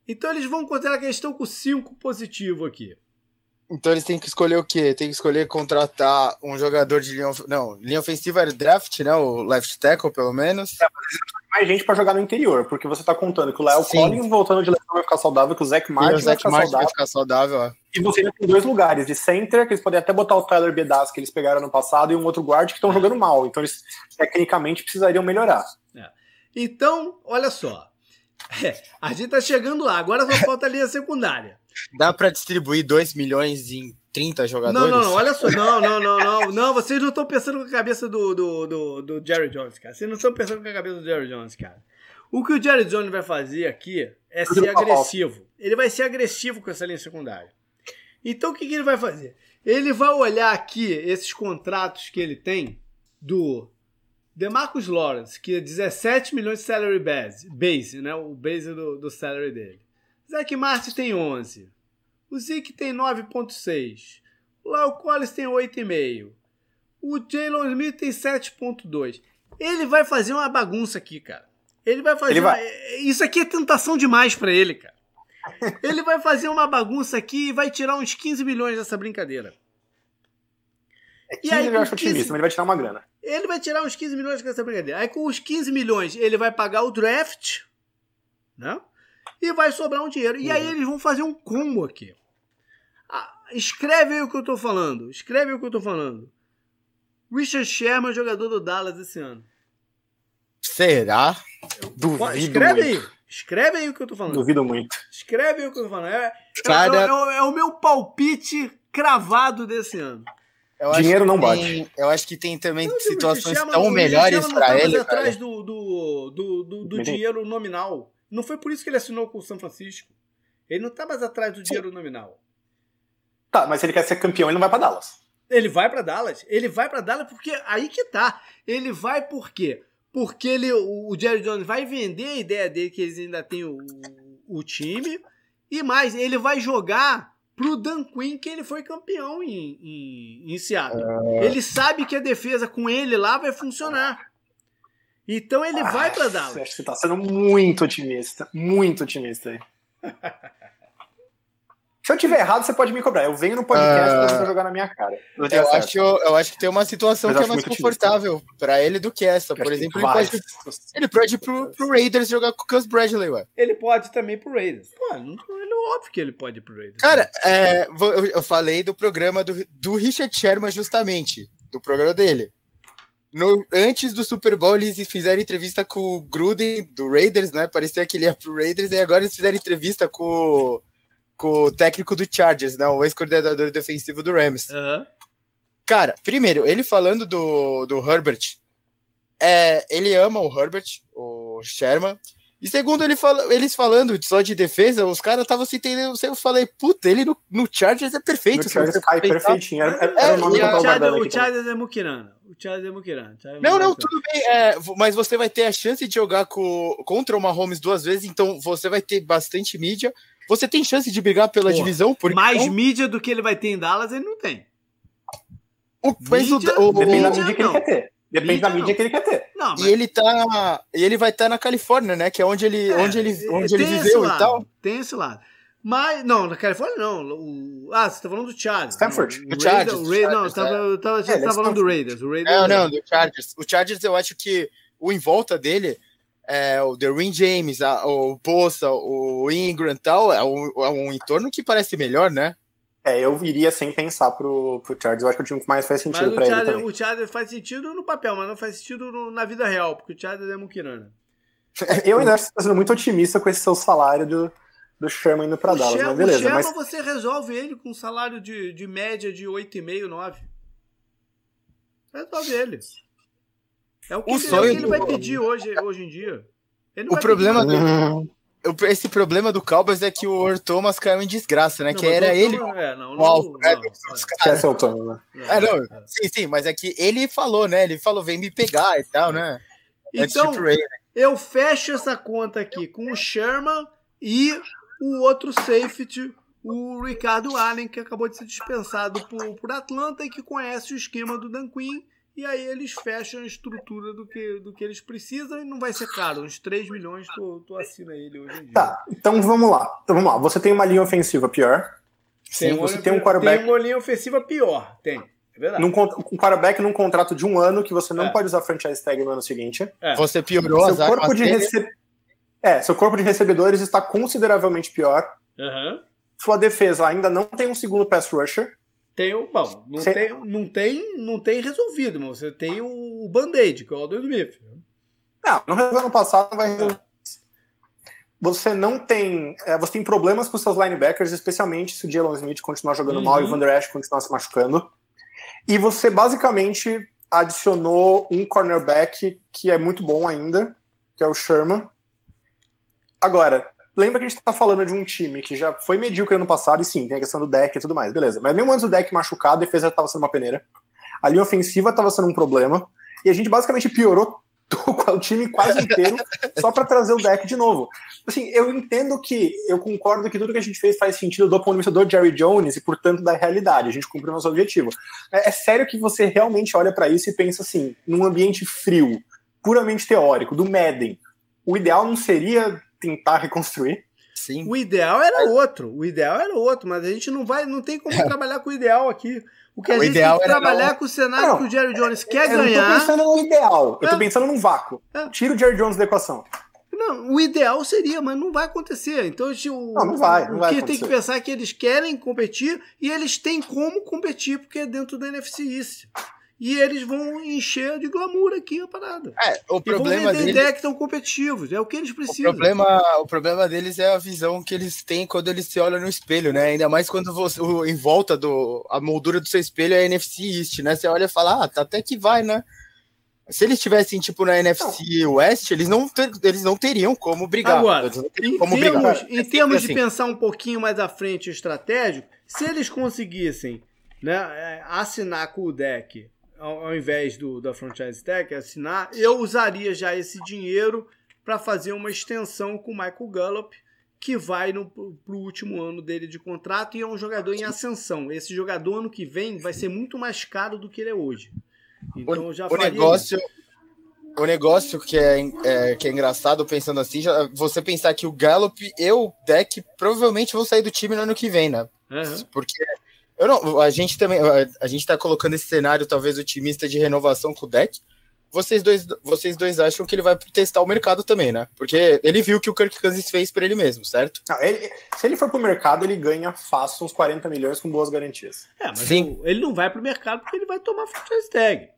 A: Então eles vão considerar que eles estão com cinco positivo aqui.
C: Então eles têm que escolher o quê? Tem que escolher contratar um jogador de linha... Não, linha ofensiva era draft, né? O left tackle, pelo menos.
B: É, mais gente pra jogar no interior, porque você tá contando que o Léo Collins voltando de lesão vai ficar saudável, que o Zach Martin,
C: o Zach
B: vai, ficar
C: Martin
B: saudável.
C: vai ficar saudável. Ó.
B: E você ainda tem dois lugares, de center, que eles podem até botar o Tyler Bedas, que eles pegaram no passado, e um outro guard que estão jogando mal. Então eles, tecnicamente, precisariam melhorar.
A: É. Então, olha só. É, a gente tá chegando lá. Agora só falta a linha secundária.
C: Dá pra distribuir dois milhões em trinta jogadores?
A: Não, não, não, olha só. Não, não, não, não. Não, vocês não estão pensando com a cabeça do, do, do, do Jerry Jones, cara. Vocês não estão pensando com a cabeça do Jerry Jones, cara. O que o Jerry Jones vai fazer aqui é ser agressivo. Ele vai ser agressivo com essa linha secundária. Então, o que, que ele vai fazer? Ele vai olhar aqui esses contratos que ele tem do DeMarcus Lawrence, que é dezessete milhões de salary base, base, né? O base do, do salary dele. Zach Martin tem onze. O Zeke tem nove vírgula seis. O Léo Collins tem oito vírgula cinco. O Jalen Smith tem sete vírgula dois. Ele vai fazer uma bagunça aqui, cara. Ele vai fazer... Ele vai. Uma... Isso aqui é tentação demais pra ele, cara. Ele vai fazer uma bagunça aqui e vai tirar uns quinze milhões dessa brincadeira.
B: É quinze, e aí, eu acho otimista, mas ele vai tirar uma grana.
A: Ele vai tirar uns quinze milhões dessa brincadeira. Aí com os quinze milhões ele vai pagar o draft, né? E vai sobrar um dinheiro. E uhum. aí eles vão fazer um combo aqui. Ah, escreve aí o que eu tô falando. Escreve aí o que eu tô falando. Richard Sherman, jogador do Dallas esse ano.
C: Será?
B: Duvido
A: Escreve
B: muito.
A: aí. Escreve aí o que eu tô falando.
B: Duvido muito.
A: Escreve aí o que eu tô falando. É,
C: Cara...
A: é, é, é o meu palpite cravado desse ano.
B: Eu Dinheiro não
C: tem,
B: bate.
C: Eu acho que tem também
A: não,
C: situações
A: Chama,
C: tão melhores para ele.
A: atrás do, do, do, do, do dinheiro nominal. Não foi por isso que ele assinou com o São Francisco. Ele não tá mais atrás do dinheiro Sim. nominal.
B: Tá, mas se ele quer ser campeão, ele não vai pra Dallas.
A: Ele vai pra Dallas. Ele vai pra Dallas porque aí que tá. Ele vai por quê? Porque ele, o Jerry Jones vai vender a ideia dele que eles ainda têm o, o time. E mais, ele vai jogar pro Dan Quinn, que ele foi campeão em, em, em Seattle. Uh... Ele sabe que a defesa com ele lá vai funcionar. Então ele ah, vai pra Dallas.
B: Acho que você tá sendo muito otimista. Muito otimista aí. Se eu tiver errado, você pode me cobrar. Eu venho no podcast uh... pra você jogar na minha cara.
C: Eu, eu, acho, eu, eu acho que tem uma situação Mas que é mais confortável pra ele do que essa. Eu Por exemplo, ele pode, ele pode ir pro, pro Raiders jogar com o Gus Bradley, ué.
A: Ele pode também pro Raiders. Pô, não, ele é óbvio que ele pode ir pro Raiders.
C: Cara, é, eu, eu falei do programa do, do Richard Sherman, justamente. Do programa dele. No, antes do Super Bowl, eles fizeram entrevista com o Gruden, do Raiders, né? Parecia que ele ia pro Raiders, e agora eles fizeram entrevista com, com o técnico do Chargers, né? O ex-coordenador defensivo do Rams.
A: Uhum.
C: Cara, primeiro, ele falando do, do Herbert, é, ele ama o Herbert, o Sherman. E segundo, ele fala, eles falando só de defesa, os caras estavam se entendendo. Eu falei, puta, ele no, no Chargers é perfeito.
B: No Chargers cai perfeitinho. Era, era é, o nome
A: do Chargers, o Chargers é Mukirana. O Chargers é Mukirana.
C: Não, não, tudo bem. É, mas você vai ter a chance de jogar com, contra o Mahomes duas vezes, então você vai ter bastante mídia. Você tem chance de brigar pela Pô, divisão. Porque
A: mais não... mídia do que ele vai ter em Dallas, ele não tem.
C: O, mídia,
B: o, o, depende da mídia que ele quer ter. Depende mídia, da mídia não. que ele quer ter.
C: Não, mas... E ele tá. E ele vai estar tá na Califórnia, né? Que é onde ele, é, onde ele, onde ele viveu
A: lado,
C: e tal.
A: Tem esse lado. Mas, não, na Califórnia não. O, ah, você tá falando do Chargers.
B: Stanford.
A: O, o Chargers. O Raiders, não, tava, é. eu tava, é, tá falando do Raiders. O Raiders.
C: Não, não, do Chargers. O Chargers, eu acho que o em volta dele é o Derwin James, a, o Bosa, o Ingram e tal. É um, é um entorno que parece melhor, né?
B: É, eu iria sem pensar pro, pro Chargers. Eu acho que o time que mais faz sentido pra
A: Chargers,
B: ele também.
A: O Chargers faz sentido no papel, mas não faz sentido no, na vida real, porque o Chargers é Mukirana.
B: Eu ainda acho que você tá sendo muito otimista com esse seu salário do, do Sherman indo pra o Dallas, Sherman, mas beleza. O
A: Sherman
B: mas...
A: você resolve ele com um salário de, de média de oito vírgula cinco, nove. Resolve ele. É o que,
C: o
A: ele, é o que ele do... vai pedir hoje, hoje em dia. Ele não
C: o
A: vai
C: problema do... Esse problema do Cowboys é que o Earl Thomas caiu em desgraça, né? Não, que era ele.
A: Não, é, não,
C: o alvo, né?
B: Esquece o Thomas,
C: né? É, não, é. Sim, sim, mas é que ele falou, né? Ele falou, vem me pegar e tal, né?
A: Então, eu fecho essa conta aqui com o Sherman e o outro safety, o Ricardo Allen, que acabou de ser dispensado por, por Atlanta e que conhece o esquema do Dan Quinn e aí eles fecham a estrutura do que, do que eles precisam e não vai ser caro. Uns três milhões tu, tu assina ele hoje em dia.
B: Tá, então vamos lá. Então vamos lá. Você tem uma linha ofensiva pior.
A: Sim,
B: Sim, você tem um quarterback...
A: Tem uma linha ofensiva pior, tem. É verdade.
B: Num, um quarterback num contrato de um ano que você não
A: é.
B: pode usar franchise tag no ano seguinte.
C: É. Você piorou
B: seu
C: as
B: corpo de
C: dele...
B: rece... É, seu corpo de recebedores está consideravelmente pior.
A: Uhum.
B: Sua defesa ainda não tem um segundo pass rusher.
A: Tem o. Bom, não, Cê... tem, não, tem, não tem resolvido, mas você tem o Band-Aid, que é o Aldon Smith.
B: Não, não resolveu ano passado, não vai resolver. Você não tem. É, você tem problemas com seus linebackers, especialmente se o Jalen Smith continuar jogando uhum. mal e o Van Der Esch continuar se machucando. E você basicamente adicionou um cornerback que é muito bom ainda, que é o Sherman. Agora, lembra que a gente tá falando de um time que já foi medíocre ano passado, e sim, tem a questão do deck e tudo mais, beleza. Mas mesmo antes do deck machucado, a defesa tava sendo uma peneira. A linha ofensiva tava sendo um problema. E a gente basicamente piorou o time quase inteiro só para trazer o deck de novo. Assim, eu entendo que, eu concordo que tudo que a gente fez faz sentido do ponto de vista do Jerry Jones e, portanto, da realidade. A gente cumpriu nosso objetivo. É, é sério que você realmente olha para isso e pensa assim, num ambiente frio, puramente teórico, do Madden, o ideal não seria tentar reconstruir?
A: Sim. O ideal era outro, o ideal era outro, mas a gente não vai, não tem como trabalhar com o ideal aqui. O que a o gente tem que trabalhar não... com o cenário não, que o Jerry Jones quer
B: eu
A: ganhar.
B: Eu tô pensando no ideal, eu é. tô pensando num vácuo. É. Tira o Jerry Jones da equação.
A: Não, o ideal seria, mas não vai acontecer. Então, o,
B: não, não vai, não
A: o
B: vai
A: que
B: acontecer.
A: tem que pensar é que eles querem competir e eles têm como competir, porque é dentro da N F C East. E eles vão encher de glamour aqui a parada.
C: É, o problema
A: deles...
C: deles...
A: que estão competitivos, é o que eles precisam.
C: O problema, o problema deles é a visão que eles têm quando eles se olham no espelho, né? Ainda mais quando você, o, em volta do a moldura do seu espelho é a N F C East, né? Você olha e fala, ah, tá até que vai, né? Se eles estivessem, tipo, na N F C não. West, eles não, ter, eles não teriam como brigar.
A: Agora,
C: em
A: como termos, brigar. Em
C: é
A: termos
C: assim.
A: de pensar um pouquinho mais à frente estratégico, se eles conseguissem, né, assinar com o deck ao, ao invés do, da franchise tag, assinar, eu usaria já esse dinheiro para fazer uma extensão com o Michael Gallup, que vai no, pro último ano dele de contrato e é um jogador em ascensão. Esse jogador ano que vem vai ser muito mais caro do que ele é hoje. Então,
C: o,
A: já
C: o negócio o negócio que é, é, que é engraçado pensando assim, já, você pensar que o Gallup e o Deck provavelmente vão sair do time no ano que vem, né? Uhum. Porque eu não, a gente também a, a gente tá colocando esse cenário talvez otimista de renovação com o Deck. Vocês dois, vocês dois acham que ele vai testar o mercado também, né? Porque ele viu que o Kirk Cousins fez para ele mesmo, certo?
B: Não, ele, se ele for pro mercado, ele ganha fácil uns quarenta milhões com boas garantias.
A: É, mas Sim. O, ele não vai pro mercado porque ele vai tomar franchise tag.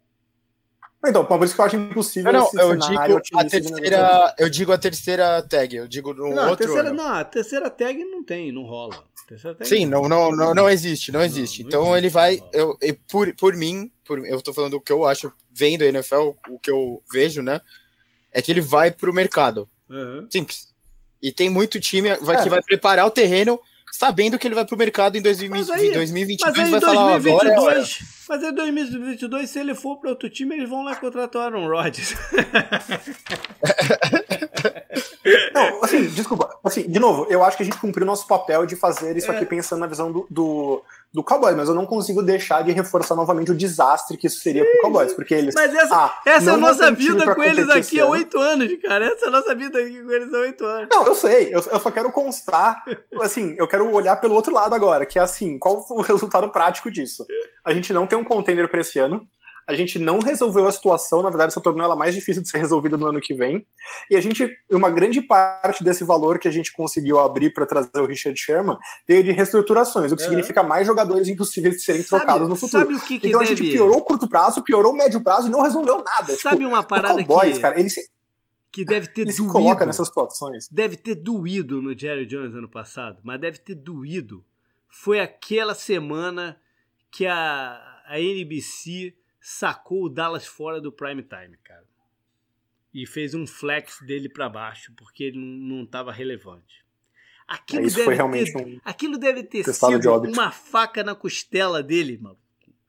B: Então, por isso que eu acho impossível
C: não, esse eu digo a terceira, eu digo a terceira tag, eu digo no
A: não,
C: outro.
A: A terceira,
C: não.
A: não, a terceira tag não tem, não rola.
C: Sim, não, não, não, não existe, não existe. Não, então não existe, ele vai, eu, eu, por, por mim, por, eu tô falando o que eu acho, vendo a N F L, o que eu vejo, né, é que ele vai pro mercado. Uhum. Simples. E tem muito time vai, é. que vai preparar o terreno sabendo que ele vai pro mercado em dois mil e vinte e dois, vai falar agora.
A: Mas em dois mil e vinte e dois, se ele for para outro time, eles vão lá contratar o Aaron Rodgers.
B: Não, assim, desculpa. Assim, de novo, eu acho que a gente cumpriu o nosso papel de fazer isso é. aqui pensando na visão do, do, do Cowboys, mas eu não consigo deixar de reforçar novamente o desastre que isso seria pro Cowboys, porque eles...
A: Mas essa,
B: ah,
A: essa é a nossa vida com eles aqui há oito anos, cara. Essa é a nossa vida aqui com eles há oito anos.
B: Não, eu sei. Eu, eu só quero constar, assim, eu quero olhar pelo outro lado agora, que é assim, qual foi o resultado prático disso? A gente não tem um contender para esse ano, a gente não resolveu a situação, na verdade, só tornou ela mais difícil de ser resolvida no ano que vem, e a gente, uma grande parte desse valor que a gente conseguiu abrir para trazer o Richard Sherman veio de reestruturações, o que é. significa mais jogadores impossíveis de serem sabe, trocados no futuro.
A: Sabe o que que
B: então
A: deve...
B: a gente piorou o curto prazo, piorou o médio prazo e não resolveu nada.
A: Sabe
B: tipo,
A: uma parada
B: Cowboys,
A: que...
B: cara, ele se...
A: que deve ter
B: ele
A: doído.
B: Se coloca nessas situações.
A: Deve ter doído no Jerry Jones ano passado, mas deve ter doído. Foi aquela semana que a, a N B C sacou o Dallas fora do prime time, cara. E fez um flex dele para baixo, porque ele não estava relevante. Aquilo,
B: Isso
A: deve
B: foi realmente
A: ter,
B: um
A: aquilo deve ter sido uma faca na costela dele, mano.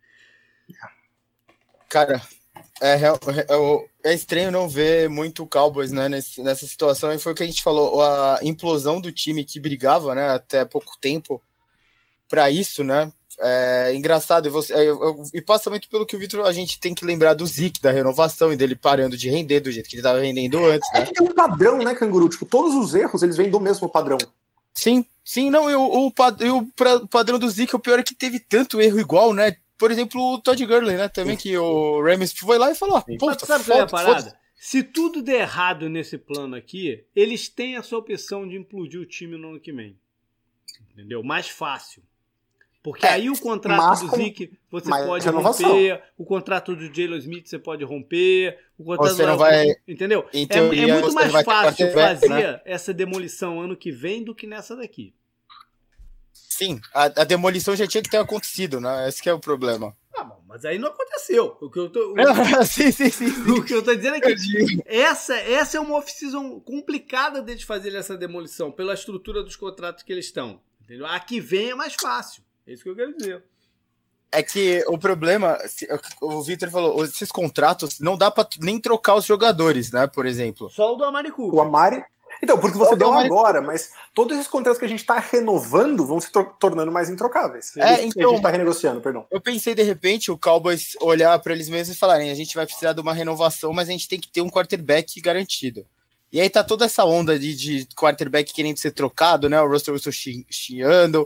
C: Cara, é, é, é estranho não ver muito Cowboys, né, nesse, nessa situação, e foi o que a gente falou, a implosão do time que brigava, né, até pouco tempo para isso, né, é engraçado, e, você, eu, eu, e passa muito pelo que o Vitor, a gente tem que lembrar do Zeke, da renovação, e dele parando de render do jeito que ele estava rendendo antes, né?
B: É que tem um padrão, né, Canguru? Tipo, todos os erros, eles vêm do mesmo padrão.
C: Sim, sim, não, e o, o, o padrão do Zeke, o pior é que teve tanto erro igual, né? Por exemplo, o Todd Gurley, né? Também que o Rams foi lá e falou, pô,
A: sabe qual é a parada? Se tudo der errado nesse plano aqui, eles têm essa opção de implodir o time no ano que vem. Entendeu? Mais fácil. Porque é, aí o contrato do Zeke você pode romper, o contrato do Jalen Smith você pode romper, o contrato
C: você
A: do...
C: não vai...
A: Entendeu?
C: Teoria,
A: é, é muito mais fácil fazer
C: né?
A: essa demolição ano que vem do que nessa daqui.
C: Sim, a, a demolição já tinha que ter acontecido, né? Esse que é o problema.
A: Ah, bom, mas aí não aconteceu. O que eu tô, o,
C: sim, sim, sim, sim.
A: O que eu tô dizendo é que essa, essa é uma off-season complicada deles fazerem essa demolição, pela estrutura dos contratos que eles estão. Entendeu? A que vem é mais fácil. É isso que eu quero dizer.
C: É que o problema, o Victor falou, esses contratos não dá pra nem trocar os jogadores, né? Por exemplo.
A: Só o do Amari Cooper.
B: O Amari... Então, porque você deu agora, mas todos esses contratos que a gente está renovando vão se tornando mais introcáveis.
C: É, então,
B: a gente está renegociando, perdão.
C: Eu pensei, de repente, o Cowboys olhar para eles mesmos e falarem, a gente vai precisar de uma renovação, mas a gente tem que ter um quarterback garantido. E aí tá toda essa onda de, de quarterback querendo ser trocado, né? O Russell Wilson chiando,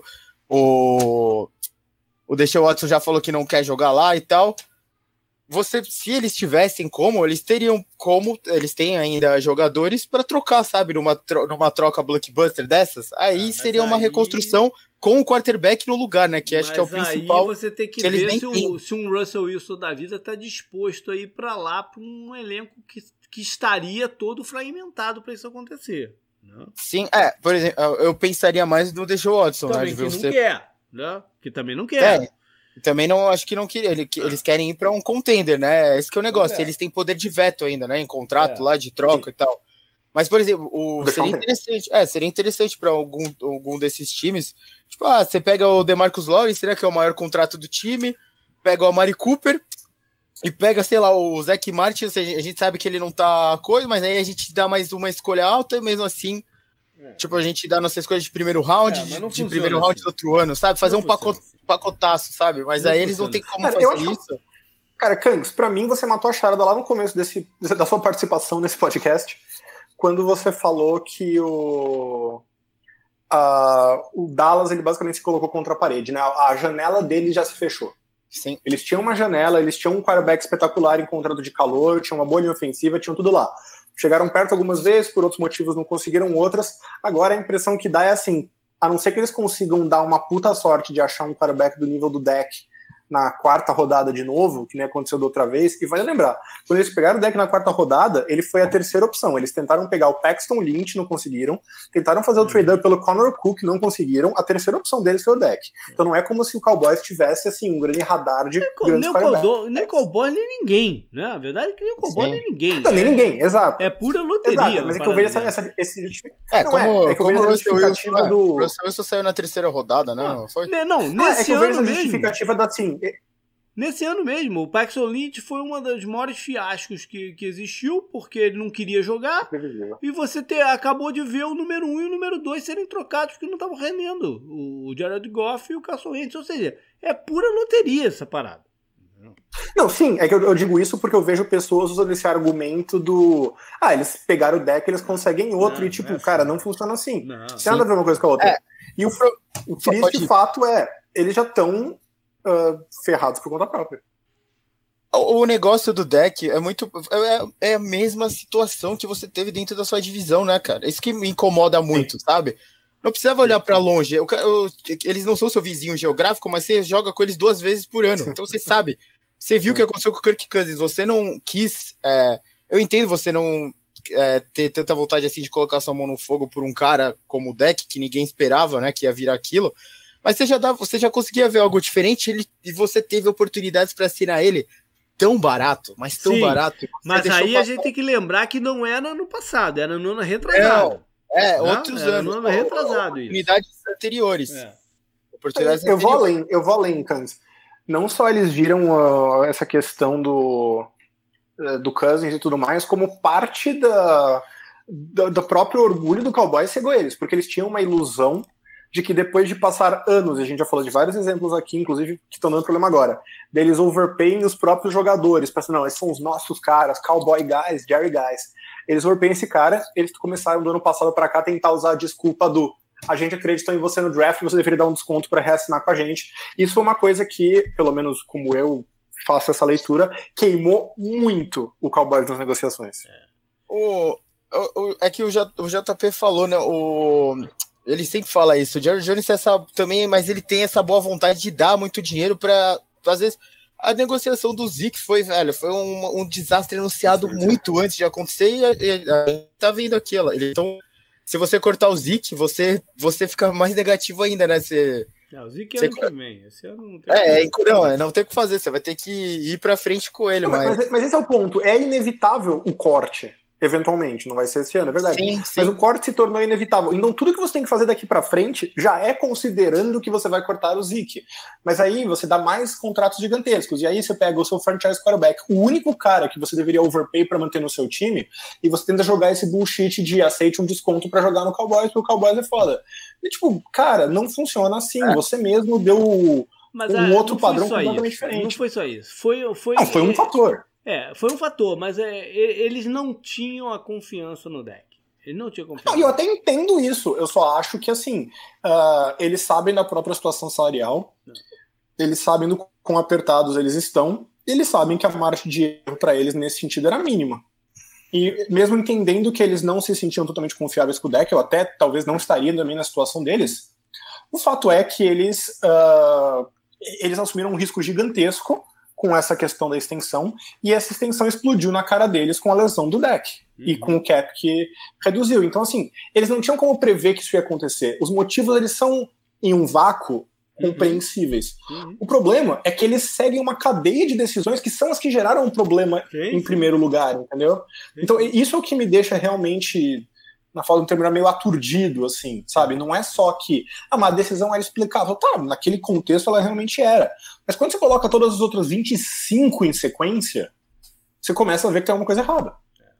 C: o, o Deshaun Watson já falou que não quer jogar lá e tal. Você, se eles tivessem como, eles teriam como, eles têm ainda jogadores para trocar, sabe, numa, tro, numa troca blockbuster dessas, aí ah, seria uma aí... reconstrução com o quarterback no lugar, né, que acho
A: mas
C: que é o principal.
A: Aí você tem que, que ver se, o, se um Russell Wilson da vida está disposto a ir para lá para um elenco que, que estaria todo fragmentado para isso acontecer. Né?
C: Sim, é, por exemplo, eu pensaria mais no Deshaun Watson,
A: também,
C: né,
A: que não
C: você...
A: quer, né, que também não quer.
C: É. Também não, acho que não queria. Eles querem ir para um contender, né? Esse que é o negócio. É. Eles têm poder de veto ainda, né? Em contrato é. lá de troca Sim. e tal. Mas, por exemplo, o, seria interessante. É, seria interessante para algum, algum desses times. Tipo, ah, você pega o DeMarcus Lawrence, né? Que é o maior contrato do time. Pega o Amari Cooper. E pega, sei lá, o Zach Martin. A gente sabe que ele não tá coisa, mas aí a gente dá mais uma escolha alta e mesmo assim. É. Tipo, a gente dá nossa escolha de primeiro round, é, de, de primeiro round assim. do outro ano, sabe? Fazer não um pacote, assim. pacotaço, sabe? Mas não aí eles não tem como cara, fazer acho... isso.
B: Cara, Kangs, pra mim você matou a charada lá no começo desse, da sua participação nesse podcast, quando você falou que o, a, o Dallas, ele basicamente se colocou contra a parede, né? A, a janela dele já se fechou.
C: Sim.
B: Eles tinham uma janela, eles tinham um quarterback espetacular em contrato de calor, tinham uma boa linha ofensiva, tinham tudo lá. Chegaram perto algumas vezes, por outros motivos não conseguiram outras. Agora a impressão que dá é assim, a não ser que eles consigam dar uma puta sorte de achar um quarterback do nível do deck na quarta rodada de novo, que nem aconteceu da outra vez, e vale lembrar, quando eles pegaram o deck na quarta rodada, ele foi a terceira opção. Eles tentaram pegar o Paxton Lynch, não conseguiram, tentaram fazer o trade-up pelo Connor Cook, não conseguiram, a terceira opção deles foi o deck. Então não é como se o Cowboys tivesse assim, um grande radar de nem grandes quarterbacks.
A: Nem o Cowboys, nem ninguém, né? A verdade é que nem o Cowboys, nem ninguém.
B: Não, nem ninguém, exato.
A: É pura loteria.
B: Exato, mas é que eu vejo essa, essa, esse...
C: É,
B: não
C: como,
B: é, é que eu vejo a justificativa
C: Wilson,
B: do...
C: O Russell Wilson saiu na terceira rodada, né? Não, foi?
A: Não, nesse
B: ah, é que eu vejo
A: ano
B: a justificativa
A: mesmo.
B: da, assim...
A: Nesse ano mesmo, o Paxton Lynch foi uma das maiores fiascos que, que existiu, porque ele não queria jogar, e você te, acabou de ver o número um e o número dois serem trocados porque não estavam rendendo, o Jared Goff e o Carson Wentz, ou seja, é pura loteria essa parada.
B: Não, sim, é que eu, eu digo isso porque eu vejo pessoas usando esse argumento do ah, eles pegaram o deck, eles conseguem outro, não, e tipo, não é assim. Cara, não funciona assim. Não tem nada a ver uma coisa com a outra. É. E o, o triste fato é, eles já estão Uh, ferrados por conta própria.
C: O, o negócio do deck é muito. É, é a mesma situação que você teve dentro da sua divisão, né, cara? Isso que me incomoda muito, Sim. sabe? Não precisava olhar para longe. Eu, eu, eles não são seu vizinho geográfico, mas você joga com eles duas vezes por ano. Então você sabe. Você viu o que aconteceu com o Kirk Cousins. Você não quis. É, eu entendo você não é, ter tanta vontade assim de colocar sua mão no fogo por um cara como o deck, que ninguém esperava, né? Que ia virar aquilo. Mas você já, dá, você já conseguia ver algo diferente ele, e você teve oportunidades para assinar ele tão barato, mas tão Sim, barato.
A: Mas aí passar. A gente tem que lembrar que não era no passado, era no ano retrasado.
C: É, é outros
A: era
C: anos.
A: No ano retrasado
C: oportunidades isso. anteriores. É.
B: Oportunidades eu, anteriores. Vou além, eu vou além, Cans. Não só eles viram uh, essa questão do, uh, do Cousins e tudo mais, como parte da, da, do próprio orgulho do Cowboys cegou eles, porque eles tinham uma ilusão de que depois de passar anos, a gente já falou de vários exemplos aqui, inclusive, que estão dando problema agora, deles overpaying os próprios jogadores, pensando, não, esses são os nossos caras, cowboy guys, Jerry guys. Eles overpaying esse cara, eles começaram do ano passado para cá a tentar usar a desculpa do a gente acreditou em você no draft, você deveria dar um desconto para reassinar com a gente. Isso foi uma coisa que, pelo menos como eu faço essa leitura, queimou muito o Cowboys nas negociações.
C: É, o, o, é que o, J, o J P falou, né, o... Ele sempre fala isso, o Jerry Jones é essa, também, mas ele tem essa boa vontade de dar muito dinheiro para, às vezes, a negociação do Zeke foi, velho, foi um, um desastre anunciado sim, sim. muito antes de acontecer e a, a, a gente tá vendo aquilo. Então, se você cortar o Zeke, você, você fica mais negativo ainda, né? Você,
A: não, o Zeke é ano que vem. Esse ano não tem
C: é, é, não, não tem o que fazer, você vai ter que ir pra frente com ele.
B: Não,
C: mas...
B: Mas, mas esse é o ponto, é inevitável o corte. Eventualmente, não vai ser esse ano, é verdade.
C: Sim, sim.
B: Mas o corte se tornou inevitável. Então, tudo que você tem que fazer daqui pra frente já é considerando que você vai cortar o Zeke. Mas aí você dá mais contratos gigantescos. E aí você pega o seu franchise quarterback, o único cara que você deveria overpay pra manter no seu time, e você tenta jogar esse bullshit de aceite um desconto pra jogar no Cowboys, porque o Cowboys é foda. E tipo, cara, não funciona assim. É. Você mesmo deu
A: Mas,
B: um
A: ah,
B: outro padrão completamente
A: isso.
B: diferente.
A: Não foi só isso. Foi, foi,
B: não, foi um fator.
A: É, foi um fator, mas é, eles não tinham a confiança no deck. Eles não tinham confiança.
B: Não, eu até entendo isso. Eu só acho que, assim, uh, eles sabem da própria situação salarial, não. Eles sabem do quão apertados eles estão, e eles sabem que a margem de erro para eles nesse sentido era mínima. E mesmo entendendo que eles não se sentiam totalmente confiáveis com o deck, eu até talvez não estaria também na situação deles, o fato é que eles, uh, eles assumiram um risco gigantesco com essa questão da extensão, e essa extensão explodiu na cara deles com a lesão do deck, uhum. e com o cap que reduziu. Então, assim, eles não tinham como prever que isso ia acontecer. Os motivos, eles são, em um vácuo, compreensíveis. Uhum. O problema é que eles seguem uma cadeia de decisões que são as que geraram um problema sim, em primeiro lugar, entendeu? Sim. Então, isso é o que me deixa realmente... na fala de um termo meio aturdido, assim, sabe? Não é só que ah, mas a decisão era explicável. Tá, naquele contexto ela realmente era. Mas quando você coloca todas as outras vinte e cinco em sequência, você começa a ver que tem alguma coisa errada.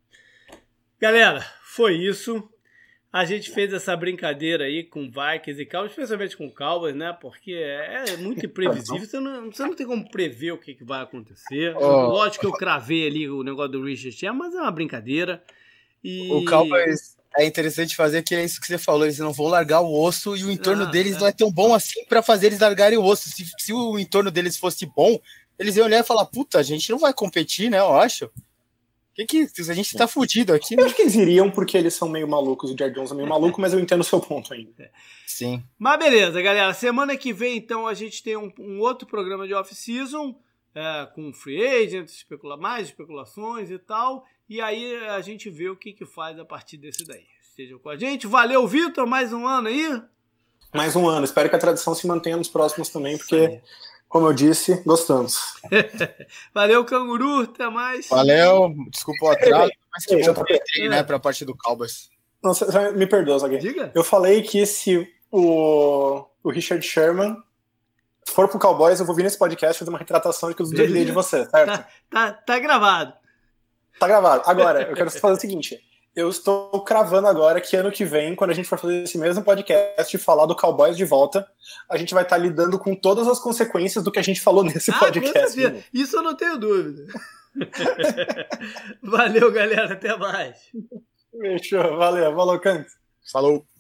A: Galera, foi isso. A gente fez essa brincadeira aí com Vikings e Cowboys, especialmente com Cowboys, né? Porque é muito imprevisível. Você não, você não tem como prever o que, que vai acontecer. Oh. Lógico que eu cravei ali o negócio do Richard Sherman, mas é uma brincadeira. E...
C: O Cowboys... É interessante fazer que é isso que você falou, eles não vão largar o osso e o entorno ah, deles é. não é tão bom assim para fazer eles largarem o osso. Se, se o entorno deles fosse bom, eles iam olhar e falar, puta, a gente não vai competir, né, eu acho. Que que, a gente tá fudido aqui.
B: Eu né? acho que eles iriam porque eles são meio malucos, o Jerry Jones é meio maluco, mas eu entendo o seu ponto ainda.
C: Sim.
A: Mas beleza, galera, semana que vem, então, a gente tem um, um outro programa de off-season, é, com free agents, especula mais especulações e tal. E aí a gente vê o que, que faz a partir desse daí. Estejam com a gente. Valeu, Vitor. Mais um ano aí.
B: Mais um ano. Espero que a tradição se mantenha nos próximos também, porque, sim, como eu disse, gostamos.
A: Valeu, Canguru. Até mais.
C: Valeu. Desculpa o atraso, mas que bom que eu entrei, né, pra parte do Cowboys.
B: Não, você me perdoa, Zagueiro.
A: Diga.
B: Eu falei que se o, o Richard Sherman for pro Cowboys, eu vou vir nesse podcast fazer uma retratação de que eu duvidei de você, certo?
A: Tá, tá, tá gravado.
B: Tá gravado. Agora, eu quero fazer o seguinte. Eu estou cravando agora que ano que vem, quando a gente for fazer esse mesmo podcast e falar do Cowboys de volta, a gente vai estar lidando com todas as consequências do que a a gente falou nesse ah, podcast.
A: Isso eu não tenho dúvida. Valeu, galera. Até mais.
B: Fechou. Valeu. Falou, Canto.
C: Falou.